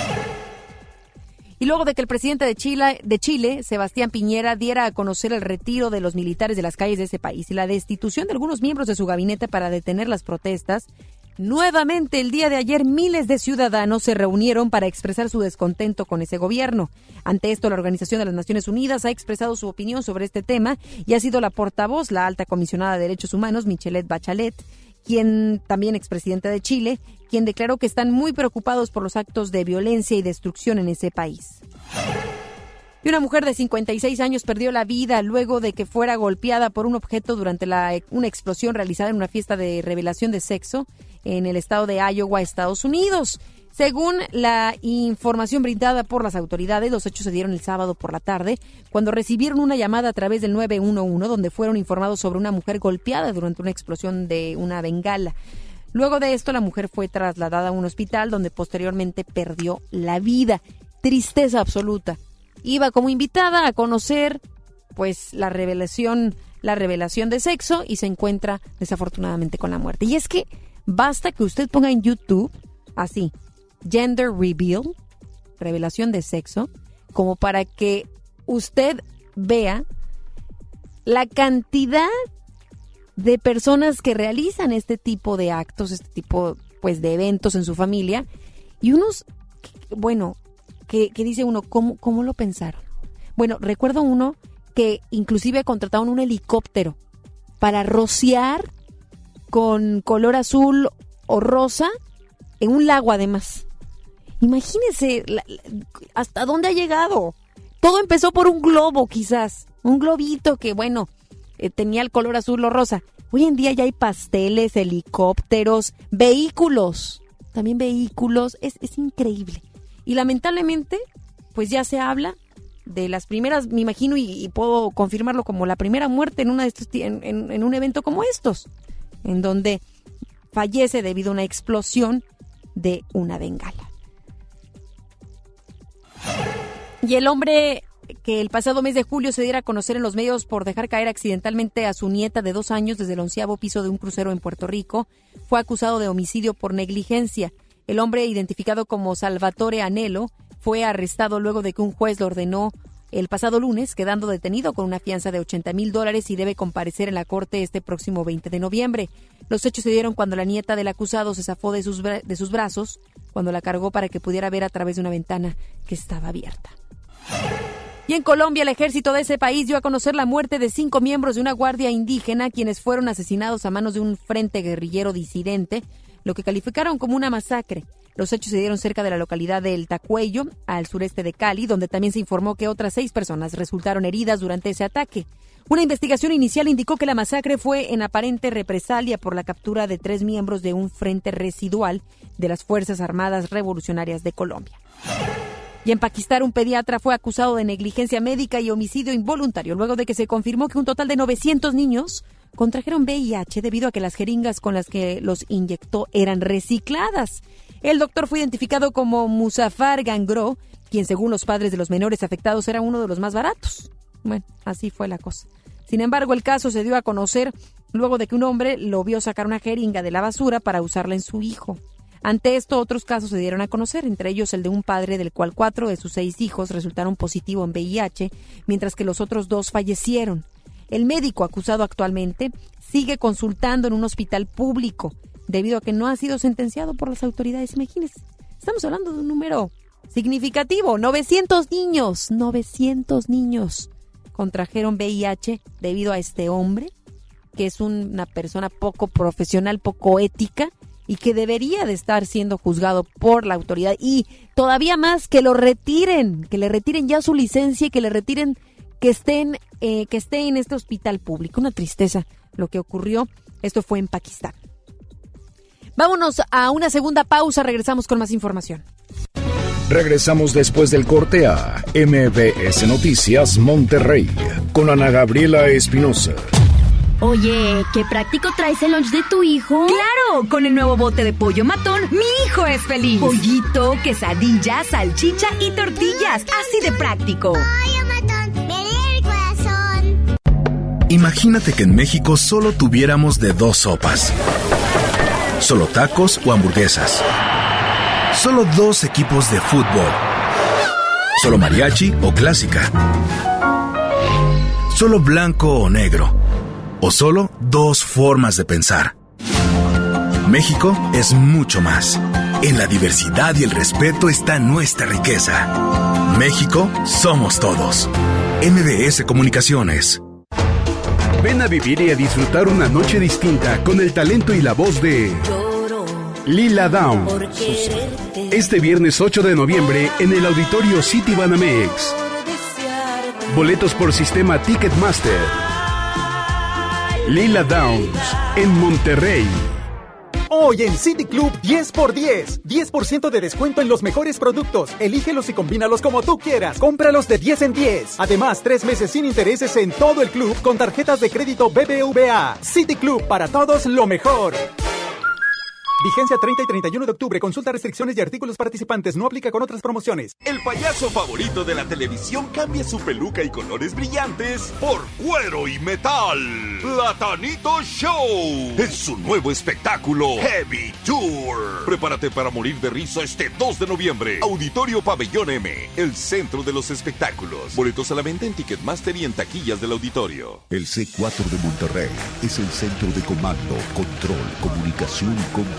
Y luego de que el presidente de Chile, Sebastián Piñera, diera a conocer el retiro de los militares de las calles de ese país y la destitución de algunos miembros de su gabinete para detener las protestas, nuevamente el día de ayer miles de ciudadanos se reunieron para expresar su descontento con ese gobierno. Ante esto, la Organización de las Naciones Unidas ha expresado su opinión sobre este tema y ha sido la portavoz, la alta comisionada de Derechos Humanos, Michelle Bachelet, quien también expresidente de Chile, quien declaró que están muy preocupados por los actos de violencia y destrucción en ese país. Y una mujer de 56 años perdió la vida luego de que fuera golpeada por un objeto durante una explosión realizada en una fiesta de revelación de sexo en el estado de Iowa, Estados Unidos. Según la información brindada por las autoridades, los hechos se dieron el sábado por la tarde, cuando recibieron una llamada a través del 911, donde fueron informados sobre una mujer golpeada durante una explosión de una bengala. Luego de esto, la mujer fue trasladada a un hospital, donde posteriormente perdió la vida. Tristeza absoluta. Iba como invitada a conocer, pues, la revelación de sexo y se encuentra desafortunadamente con la muerte. Y es que basta que usted ponga en YouTube, así, Gender Reveal, revelación de sexo, como para que usted vea la cantidad de personas que realizan este tipo de actos, este tipo, pues, de eventos en su familia, y unos, bueno, que dice uno, ¿cómo lo pensaron? Bueno, recuerdo uno que inclusive contrataron un helicóptero para rociar con color azul o rosa en un lago además. Imagínense hasta dónde ha llegado. Todo empezó por un globo quizás, un globito que tenía el color azul o rosa. Hoy en día ya hay pasteles, helicópteros, vehículos, también vehículos, es increíble. Y lamentablemente, pues ya se habla de las primeras, me imagino, y puedo confirmarlo como la primera muerte en en un evento como estos, en donde fallece debido a una explosión de una bengala. Y el hombre que el pasado mes de julio se diera a conocer en los medios por dejar caer accidentalmente a su nieta de 2 años desde el 11º piso de un crucero en Puerto Rico, fue acusado de homicidio por negligencia. El hombre, identificado como Salvatore Anello, fue arrestado luego de que un juez lo ordenó el pasado lunes, quedando detenido con una fianza de $80,000 y debe comparecer en la corte este próximo 20 de noviembre. Los hechos se dieron cuando la nieta del acusado se zafó de sus brazos, cuando la cargó para que pudiera ver a través de una ventana que estaba abierta. Y en Colombia, el ejército de ese país dio a conocer la muerte de 5 miembros de una guardia indígena, quienes fueron asesinados a manos de un frente guerrillero disidente, lo que calificaron como una masacre. Los hechos se dieron cerca de la localidad de El Tacuello, al sureste de Cali, donde también se informó que otras 6 personas resultaron heridas durante ese ataque. Una investigación inicial indicó que la masacre fue en aparente represalia por la captura de 3 miembros de un frente residual de las Fuerzas Armadas Revolucionarias de Colombia. Y en Pakistán, un pediatra fue acusado de negligencia médica y homicidio involuntario luego de que se confirmó que un total de 900 niños contrajeron VIH debido a que las jeringas con las que los inyectó eran recicladas. El doctor fue identificado como Muzaffar Gangro, quien según los padres de los menores afectados era uno de los más baratos. Bueno, así fue la cosa. Sin embargo, el caso se dio a conocer luego de que un hombre lo vio sacar una jeringa de la basura para usarla en su hijo. Ante esto, otros casos se dieron a conocer, entre ellos el de un padre del cual 4 de sus 6 hijos resultaron positivos en VIH, mientras que los otros 2 fallecieron. El médico acusado actualmente sigue consultando en un hospital público, debido a que no ha sido sentenciado por las autoridades. Imagínense, estamos hablando de un número significativo. 900 niños contrajeron VIH debido a este hombre, que es una persona poco profesional, poco ética, y que debería de estar siendo juzgado por la autoridad. Y todavía más, que le retiren ya su licencia y que le retiren que esté en este hospital público. Una tristeza lo que ocurrió. Esto fue en Pakistán. Vámonos a una segunda pausa, regresamos con más información. Regresamos después del corte a MBS Noticias Monterrey con Ana Gabriela Espinosa. Oye, ¿qué práctico traes el lunch de tu hijo? ¡Claro! Con el nuevo bote de pollo matón, mi hijo es feliz. Pollito, quesadilla, salchicha y tortillas. Así de práctico. ¡Pollo matón! ¡Me lee el corazón! Imagínate que en México solo tuviéramos de 2 sopas. Solo tacos o hamburguesas. Solo 2 equipos de fútbol. Solo mariachi o clásica. Solo blanco o negro. O solo 2 formas de pensar. México es mucho más. En la diversidad y el respeto está nuestra riqueza. México somos todos. MBS Comunicaciones. Ven a vivir y a disfrutar una noche distinta con el talento y la voz de Lila Downs. Este viernes 8 de noviembre en el Auditorio City Banamex. Boletos por sistema Ticketmaster. Lila Downs, en Monterrey. Hoy en City Club 10x10. 10% de descuento en los mejores productos. Elígelos y combínalos como tú quieras. Cómpralos de 10 en 10. Además, 3 meses sin intereses en todo el club con tarjetas de crédito BBVA. City Club, para todos lo mejor. Vigencia 30 y 31 de octubre. Consulta restricciones y artículos participantes. No aplica con otras promociones. El payaso favorito de la televisión cambia su peluca y colores brillantes por cuero y metal. Platanito Show en su nuevo espectáculo Heavy Tour. Prepárate para morir de risa este 2 de noviembre. Auditorio Pabellón M, el centro de los espectáculos. Boletos a la venta en Ticketmaster y en taquillas del auditorio. El C4 de Monterrey es el centro de comando, control, comunicación y cómputo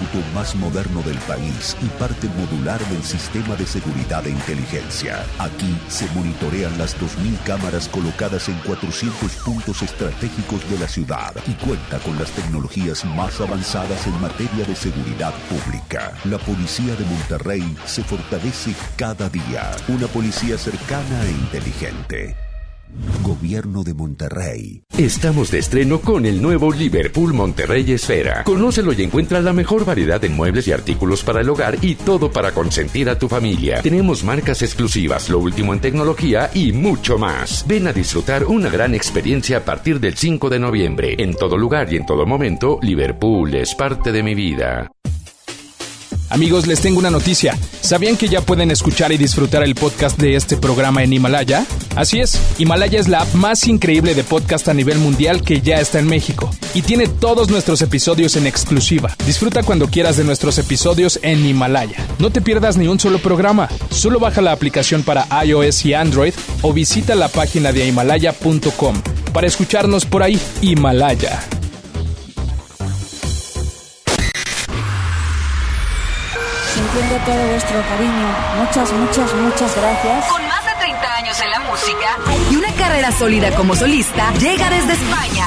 cómputo más moderno del país y parte modular del sistema de seguridad e inteligencia. Aquí se monitorean las 2.000 cámaras colocadas en 400 puntos estratégicos de la ciudad y cuenta con las tecnologías más avanzadas en materia de seguridad pública. La Policía de Monterrey se fortalece cada día. Una policía cercana e inteligente. Gobierno de Monterrey. Estamos de estreno con el nuevo Liverpool Monterrey Esfera. Conócelo y encuentra la mejor variedad de muebles y artículos para el hogar y todo para consentir a tu familia. Tenemos marcas exclusivas, lo último en tecnología y mucho más. Ven a disfrutar una gran experiencia a partir del 5 de noviembre. En todo lugar y en todo momento, Liverpool es parte de mi vida. Amigos, les tengo una noticia. ¿Sabían que ya pueden escuchar y disfrutar el podcast de este programa en Himalaya? Así es, Himalaya es la app más increíble de podcast a nivel mundial que ya está en México. Y tiene todos nuestros episodios en exclusiva. Disfruta cuando quieras de nuestros episodios en Himalaya. No te pierdas ni un solo programa. Solo baja la aplicación para iOS y Android o visita la página de himalaya.com para escucharnos por ahí. Himalaya. Sintiendo todo vuestro cariño. Muchas gracias. Con más de 30 años en la música y una carrera sólida como solista, llega desde España.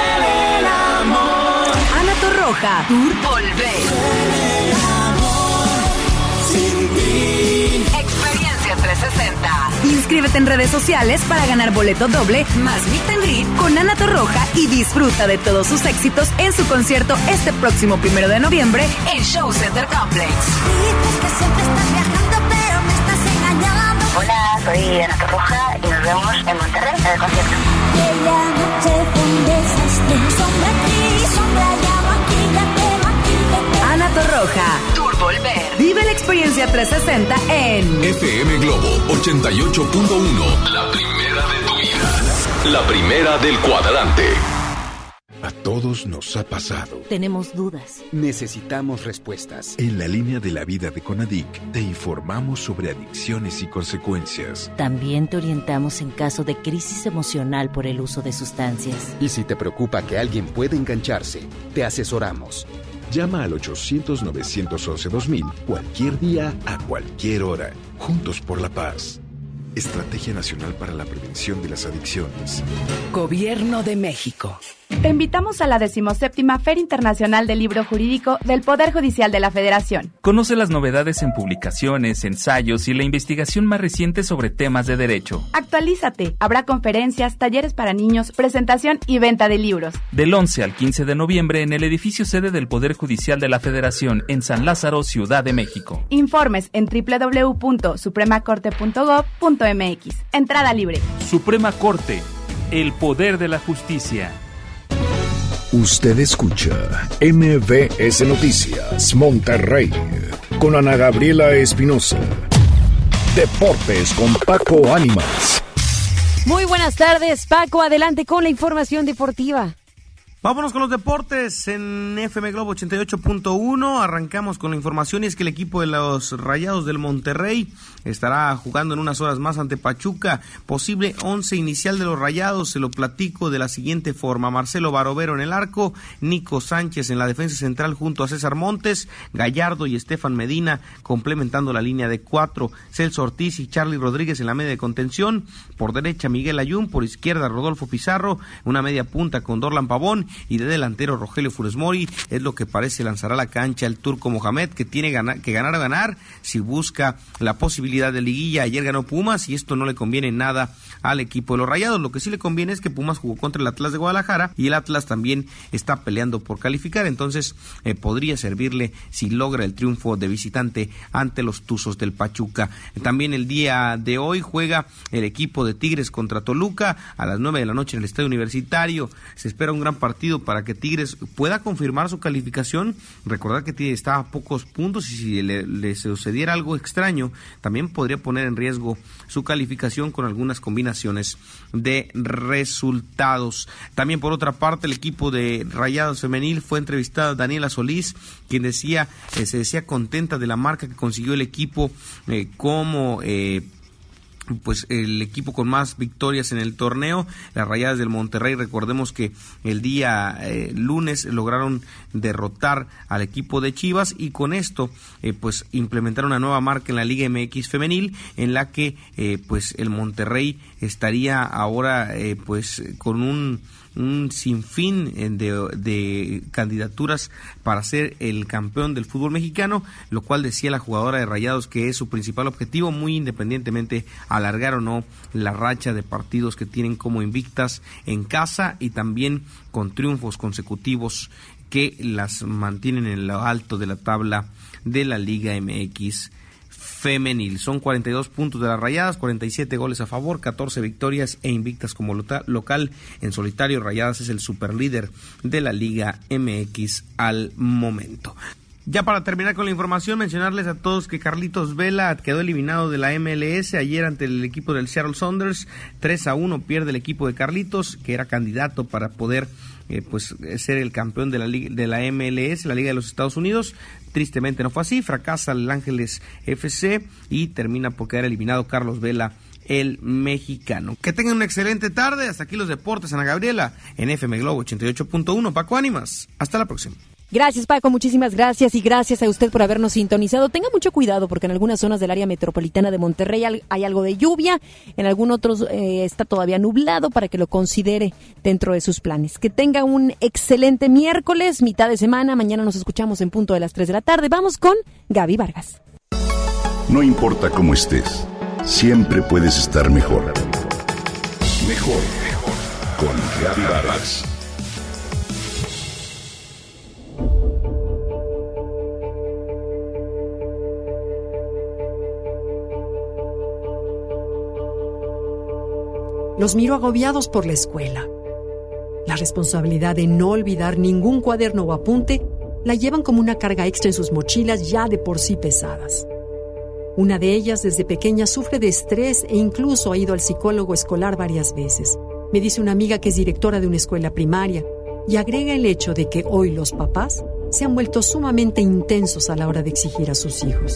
Ana Torroja, Tour Volver. Experiencia 360. Inscríbete en redes sociales para ganar boleto doble más meet and greet con Ana Torroja y disfruta de todos sus éxitos en su concierto este próximo 1 de noviembre en Show Center Complex. Dices que siempre estás viajando, pero me estás engañando. Hola, soy Ana Torroja y nos vemos en Monterrey en el concierto. Aquella noche fue un desastre. Sombra aquí, sombra allá, maquíllate. Ana Torroja, Tour Volver. Vive la experiencia 360 en FM Globo 88.1. La primera de tu vida. La primera del cuadrante. A todos nos ha pasado. Tenemos dudas. Necesitamos respuestas. En la línea de la vida de CONADIC te informamos sobre adicciones y consecuencias. También te orientamos en caso de crisis emocional por el uso de sustancias. Y si te preocupa que alguien pueda engancharse, te asesoramos. Llama al 800-911-2000 cualquier día, a cualquier hora. Juntos por la paz. Estrategia Nacional para la Prevención de las Adicciones. Gobierno de México. Te invitamos a la 17ª Feria Internacional del Libro Jurídico del Poder Judicial de la Federación. Conoce las novedades en publicaciones, ensayos y la investigación más reciente sobre temas de derecho. Actualízate. Habrá conferencias, talleres para niños, presentación y venta de libros. Del 11 al 15 de noviembre en el edificio sede del Poder Judicial de la Federación en San Lázaro, Ciudad de México. Informes en www.supremacorte.gov.mx. Entrada libre. Suprema Corte. El poder de la justicia. Usted escucha MBS Noticias Monterrey con Ana Gabriela Espinosa. Deportes con Paco Ánimas. Muy buenas tardes, Paco. Adelante con la información deportiva. Vámonos con los deportes en FM Globo 88.1. Arrancamos con la información y es que el equipo de los Rayados del Monterrey estará jugando en unas horas más ante Pachuca. Posible 11 inicial de los Rayados, se lo platico de la siguiente forma: Marcelo Barovero en el arco, Nico Sánchez en la defensa central junto a César Montes, Gallardo y Estefan Medina complementando la línea de 4, Celso Ortiz y Charly Rodríguez en la media de contención, por derecha Miguel Ayun, por izquierda Rodolfo Pizarro, una media punta con Dorlan Pavón y de delantero Rogelio Funes Mori. Es lo que parece lanzar a la cancha el turco Mohamed, que tiene que ganar si busca la posibilidad de liguilla. Ayer ganó Pumas y esto no le conviene nada al equipo de los Rayados. Lo que sí le conviene es que Pumas jugó contra el Atlas de Guadalajara y el Atlas también está peleando por calificar, entonces podría servirle si logra el triunfo de visitante ante los Tuzos del Pachuca. También el día de hoy juega el equipo de Tigres contra Toluca a las 9 de la noche en el Estadio Universitario. Se espera un gran partido para que Tigres pueda confirmar su calificación. Recordar que está a pocos puntos y si le sucediera algo extraño, también podría poner en riesgo su calificación con algunas combinaciones de resultados. También por otra parte, el equipo de Rayados Femenil fue entrevistada a Daniela Solís, quien se decía contenta de la marca que consiguió el equipo como pues el equipo con más victorias en el torneo, las Rayadas del Monterrey. Recordemos que el día lunes lograron derrotar al equipo de Chivas y con esto pues implementaron una nueva marca en la Liga MX femenil, en la que pues el Monterrey estaría ahora pues con un sinfín de candidaturas para ser el campeón del fútbol mexicano, lo cual decía la jugadora de Rayados que es su principal objetivo, muy independientemente alargar o no la racha de partidos que tienen como invictas en casa y también con triunfos consecutivos que las mantienen en lo alto de la tabla de la Liga MX femenil. Son 42 puntos de las Rayadas, 47 goles a favor, 14 victorias e invictas como local. En solitario, Rayadas es el superlíder de la Liga MX al momento. Ya para terminar con la información, mencionarles a todos que Carlitos Vela quedó eliminado de la MLS ayer ante el equipo del Seattle Sounders. 3-1 pierde el equipo de Carlitos, que era candidato para poder pues ser el campeón de la MLS, la Liga de los Estados Unidos. Tristemente no fue así, fracasa el Ángeles FC y termina por quedar eliminado Carlos Vela, el mexicano. Que tengan una excelente tarde. Hasta aquí los deportes, Ana Gabriela, en FM Globo 88.1. Paco Ánimas, hasta la próxima. Gracias, Paco, muchísimas gracias y gracias a usted por habernos sintonizado. Tenga mucho cuidado porque en algunas zonas del área metropolitana de Monterrey hay algo de lluvia, en algunos otros está todavía nublado, para que lo considere dentro de sus planes. Que tenga un excelente miércoles, mitad de semana. Mañana nos escuchamos en punto de las 3 de la tarde. Vamos con Gaby Vargas. No importa cómo estés, siempre puedes estar mejor. Mejor con Gaby Vargas. Los miro agobiados por la escuela. La responsabilidad de no olvidar ningún cuaderno o apunte la llevan como una carga extra en sus mochilas ya de por sí pesadas. Una de ellas desde pequeña sufre de estrés e incluso ha ido al psicólogo escolar varias veces. Me dice una amiga que es directora de una escuela primaria y agrega el hecho de que hoy los papás se han vuelto sumamente intensos a la hora de exigir a sus hijos.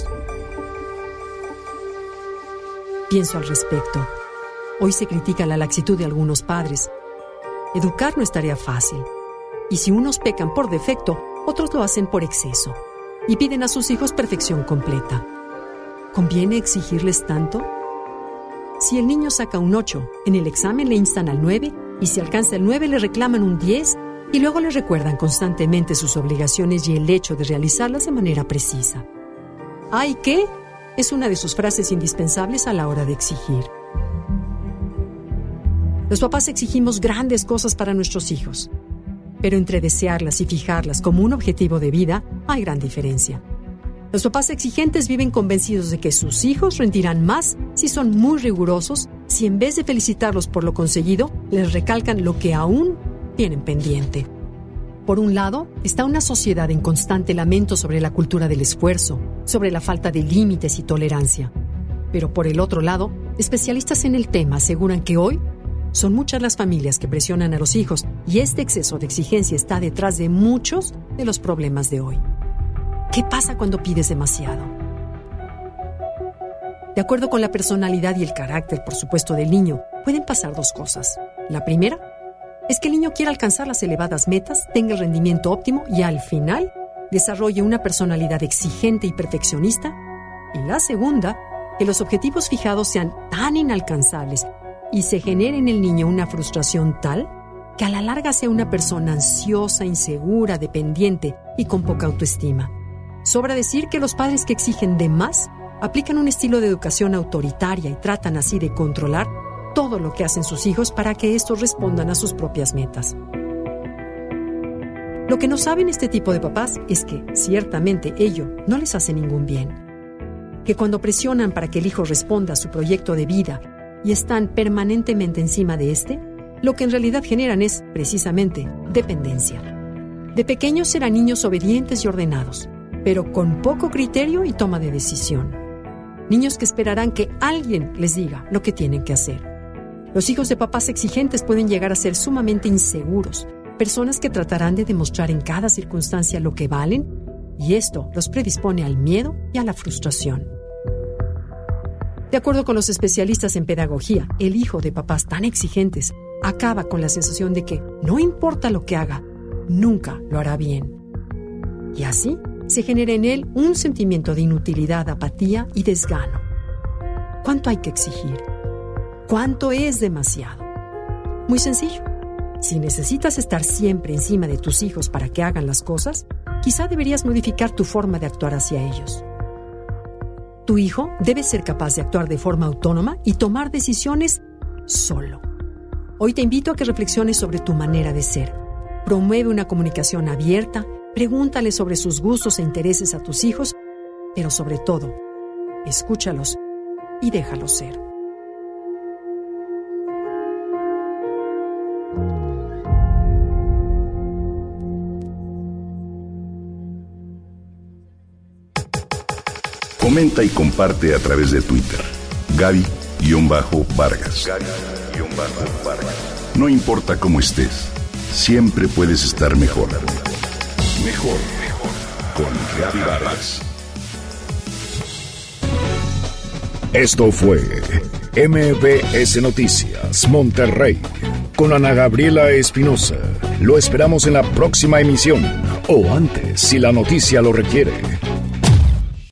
Pienso al respecto. Hoy se critica la laxitud de algunos padres. Educar no es tarea fácil. Y si unos pecan por defecto, otros lo hacen por exceso. Y piden a sus hijos perfección completa. ¿Conviene exigirles tanto? Si el niño saca un 8, en el examen le instan al 9, y si alcanza el 9 le reclaman un 10, y luego le recuerdan constantemente sus obligaciones y el hecho de realizarlas de manera precisa. ¿Ay qué? Es una de sus frases indispensables a la hora de exigir. Los papás exigimos grandes cosas para nuestros hijos, pero entre desearlas y fijarlas como un objetivo de vida hay gran diferencia. Los papás exigentes viven convencidos de que sus hijos rendirán más si son muy rigurosos, si en vez de felicitarlos por lo conseguido, les recalcan lo que aún tienen pendiente. Por un lado, está una sociedad en constante lamento sobre la cultura del esfuerzo, sobre la falta de límites y tolerancia. Pero por el otro lado, especialistas en el tema aseguran que hoy son muchas las familias que presionan a los hijos y este exceso de exigencia está detrás de muchos de los problemas de hoy. ¿Qué pasa cuando pides demasiado? De acuerdo con la personalidad y el carácter, por supuesto, del niño, pueden pasar dos cosas. La primera es que el niño quiera alcanzar las elevadas metas, tenga el rendimiento óptimo y al final desarrolle una personalidad exigente y perfeccionista. Y la segunda, que los objetivos fijados sean tan inalcanzables y se genere en el niño una frustración tal que a la larga sea una persona ansiosa, insegura, dependiente y con poca autoestima. Sobra decir que los padres que exigen de más aplican un estilo de educación autoritaria y tratan así de controlar todo lo que hacen sus hijos para que estos respondan a sus propias metas. Lo que no saben este tipo de papás es que, ciertamente, ello no les hace ningún bien. Que cuando presionan para que el hijo responda a su proyecto de vida y están permanentemente encima de este, lo que en realidad generan es, precisamente, dependencia. De pequeños serán niños obedientes y ordenados, pero con poco criterio y toma de decisión. Niños que esperarán que alguien les diga lo que tienen que hacer. Los hijos de papás exigentes pueden llegar a ser sumamente inseguros, personas que tratarán de demostrar en cada circunstancia lo que valen, y esto los predispone al miedo y a la frustración. De De acuerdo con los especialistas en pedagogía, el hijo de papás tan exigentes acaba con la sensación de que no importa lo que haga, nunca lo hará bien. Y así se genera en él un sentimiento de inutilidad, apatía y desgano. ¿Cuánto hay que exigir? ¿Cuánto es demasiado? Muy sencillo. Si necesitas estar siempre encima de tus hijos para que hagan las cosas, quizá deberías modificar tu forma de actuar hacia ellos. Tu hijo debe ser capaz de actuar de forma autónoma y tomar decisiones solo. Hoy te invito a que reflexiones sobre tu manera de ser. Promueve una comunicación abierta, pregúntale sobre sus gustos e intereses a tus hijos, pero sobre todo, escúchalos y déjalos ser. Comenta y comparte a través de Twitter. Gaby-Vargas. No importa cómo estés, siempre puedes estar mejor. Mejor con Gaby Vargas. Esto fue MBS Noticias Monterrey con Ana Gabriela Espinosa. Lo esperamos en la próxima emisión o antes si la noticia lo requiere.